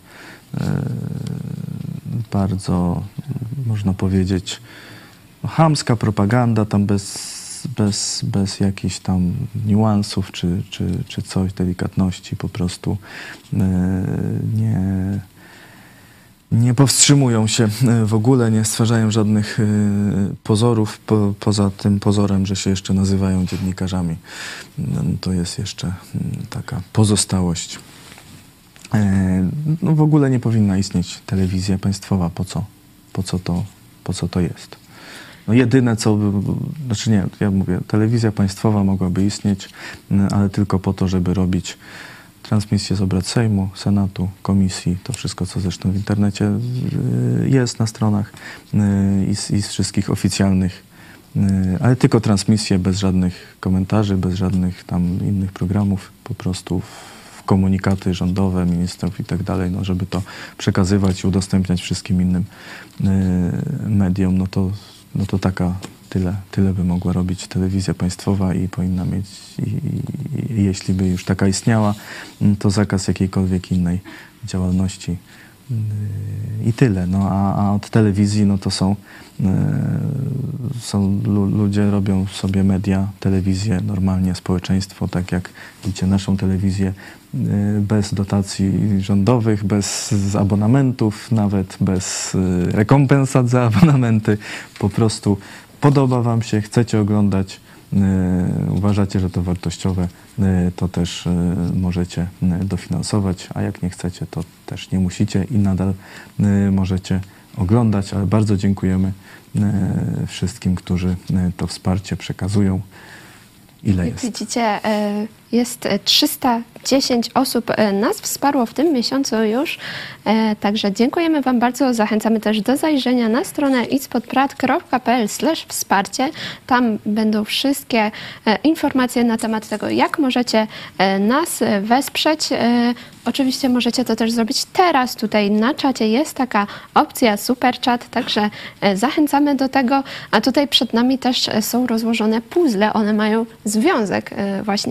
bardzo, można powiedzieć, no, chamska propaganda, tam bez, bez, bez jakichś tam niuansów czy, czy, czy coś, delikatności, po prostu nie, nie powstrzymują się w ogóle, nie stwarzają żadnych pozorów, po, poza tym pozorem, że się jeszcze nazywają dziennikarzami. No, to jest jeszcze taka pozostałość. No w ogóle nie powinna istnieć telewizja państwowa. Po co? Po co to, po co to jest? No jedyne co, znaczy nie, ja mówię, telewizja państwowa mogłaby istnieć, ale tylko po to, żeby robić transmisję z obrad Sejmu, Senatu, komisji, to wszystko, co zresztą w internecie jest na stronach i z, i z wszystkich oficjalnych, ale tylko transmisje bez żadnych komentarzy, bez żadnych tam innych programów, po prostu komunikaty rządowe, ministrów i tak dalej, no żeby to przekazywać i udostępniać wszystkim innym y, mediom, no to, no to taka, tyle, tyle by mogła robić telewizja państwowa i powinna mieć, i, i, i jeśli by już taka istniała, to zakaz jakiejkolwiek innej działalności y, i tyle. No a, a od telewizji, no to są, y, są lu, ludzie robią sobie media, telewizję, normalnie społeczeństwo, tak jak widzicie naszą telewizję, bez dotacji rządowych, bez abonamentów, nawet bez rekompensat za abonamenty. Po prostu podoba wam się, chcecie oglądać, uważacie, że to wartościowe, to też możecie dofinansować, a jak nie chcecie, to też nie musicie i nadal możecie oglądać, ale bardzo dziękujemy wszystkim, którzy to wsparcie przekazują. Ile Jak jest? widzicie, jest trzysta dziesięć osób nas wsparło w tym miesiącu już, także dziękujemy wam bardzo. Zachęcamy też do zajrzenia na stronę idźspodprat kropka p l slash wsparcie. Tam będą wszystkie informacje na temat tego, jak możecie nas wesprzeć. Oczywiście możecie to też zrobić teraz. Tutaj na czacie jest taka opcja super chat, także zachęcamy do tego. A tutaj przed nami też są rozłożone puzzle. One mają związek właśnie ze wsparciem.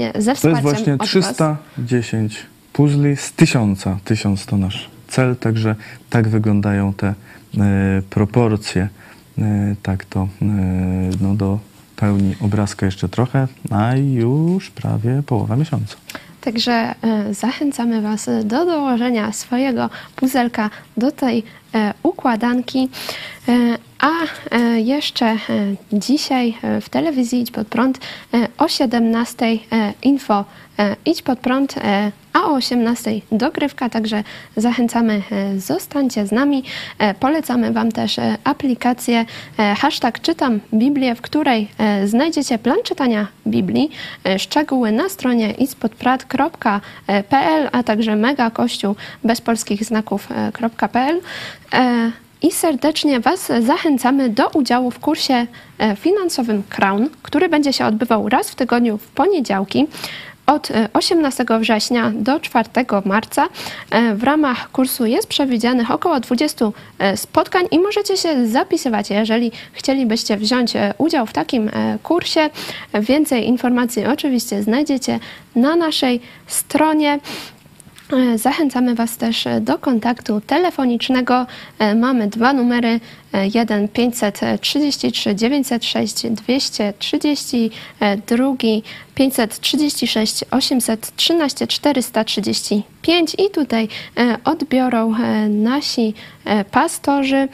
To jest wsparciem właśnie od was. trzysta dziesięć puzli z tysiąca. Tysiąc to nasz cel, także tak wyglądają te e, proporcje. E, tak to e, no do pełni obrazka jeszcze trochę, a już prawie połowa miesiąca. Także e, zachęcamy Was do dołożenia swojego puzelka do tej e, układanki. E, a e, jeszcze e, dzisiaj e, w telewizji Idź Pod Prąd e, o siedemnastej e, info e, Idź Pod Prąd, e, a o osiemnastej dogrywka, także zachęcamy, e, zostańcie z nami. E, polecamy Wam też e, aplikację e, hashtag Czytam Biblię, w której e, znajdziecie plan czytania Biblii, e, szczegóły na stronie idźpodprad kropka p l, a także megakościół bez polskich znaków kropka p l. E, I serdecznie Was zachęcamy do udziału w kursie e, finansowym Crown, który będzie się odbywał raz w tygodniu w poniedziałki od e, osiemnastego września do czwartego marca. E, W ramach kursu jest przewidzianych około dwudziestu e, spotkań i możecie się zapisywać, jeżeli chcielibyście wziąć e, udział w takim e, kursie. Więcej informacji oczywiście znajdziecie na naszej stronie. Zachęcamy Was też do kontaktu telefonicznego. Mamy dwa numery, jeden pięćset trzydzieści trzy dziewięćset sześć dwieście trzydzieści, drugi pięćset trzydzieści sześć osiemset trzynaście czterysta trzydzieści pięć i tutaj odbiorą nasi pastorzy.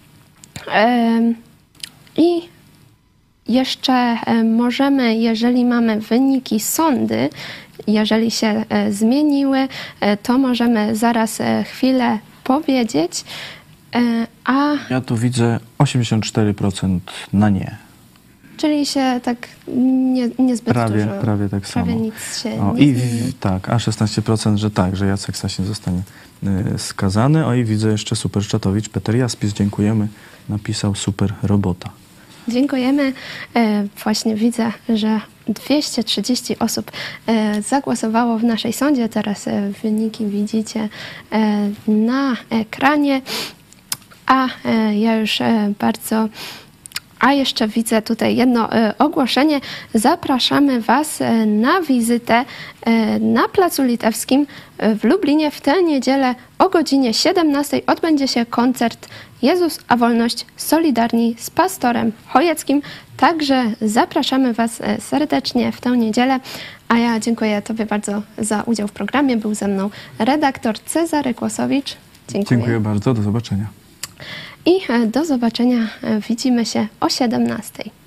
I jeszcze możemy, jeżeli mamy wyniki sądy, jeżeli się e, zmieniły, e, to możemy zaraz e, chwilę powiedzieć. E, a Ja tu widzę osiemdziesiąt cztery procent na nie. czyli się tak nie, niezbyt Prawie, dużo. prawie tak prawie samo. nic się O, nie i zmieni. w, tak, a szesnaście procent, że tak, że Jacek Sasin zostanie y, skazany. O i widzę jeszcze super czatowicz Peter Jaspis, dziękujemy. Napisał super robota. Dziękujemy. E, właśnie widzę, że dwieście trzydzieści osób e, zagłosowało w naszej sądzie. Teraz e, wyniki widzicie e, na ekranie. A e, ja już e, bardzo... A jeszcze widzę tutaj jedno e, ogłoszenie. Zapraszamy Was e, na wizytę e, na Placu Litewskim e, w Lublinie. W tę niedzielę o godzinie siedemnastej odbędzie się koncert Jezus a Wolność Solidarni z pastorem Chojeckim. Także zapraszamy Was e, serdecznie w tę niedzielę. A ja dziękuję Tobie bardzo za udział w programie. Był ze mną redaktor Cezary Kłosowicz. Dziękuję. Dziękuję bardzo, do zobaczenia. I e, do zobaczenia. E, Widzimy się o siedemnastej.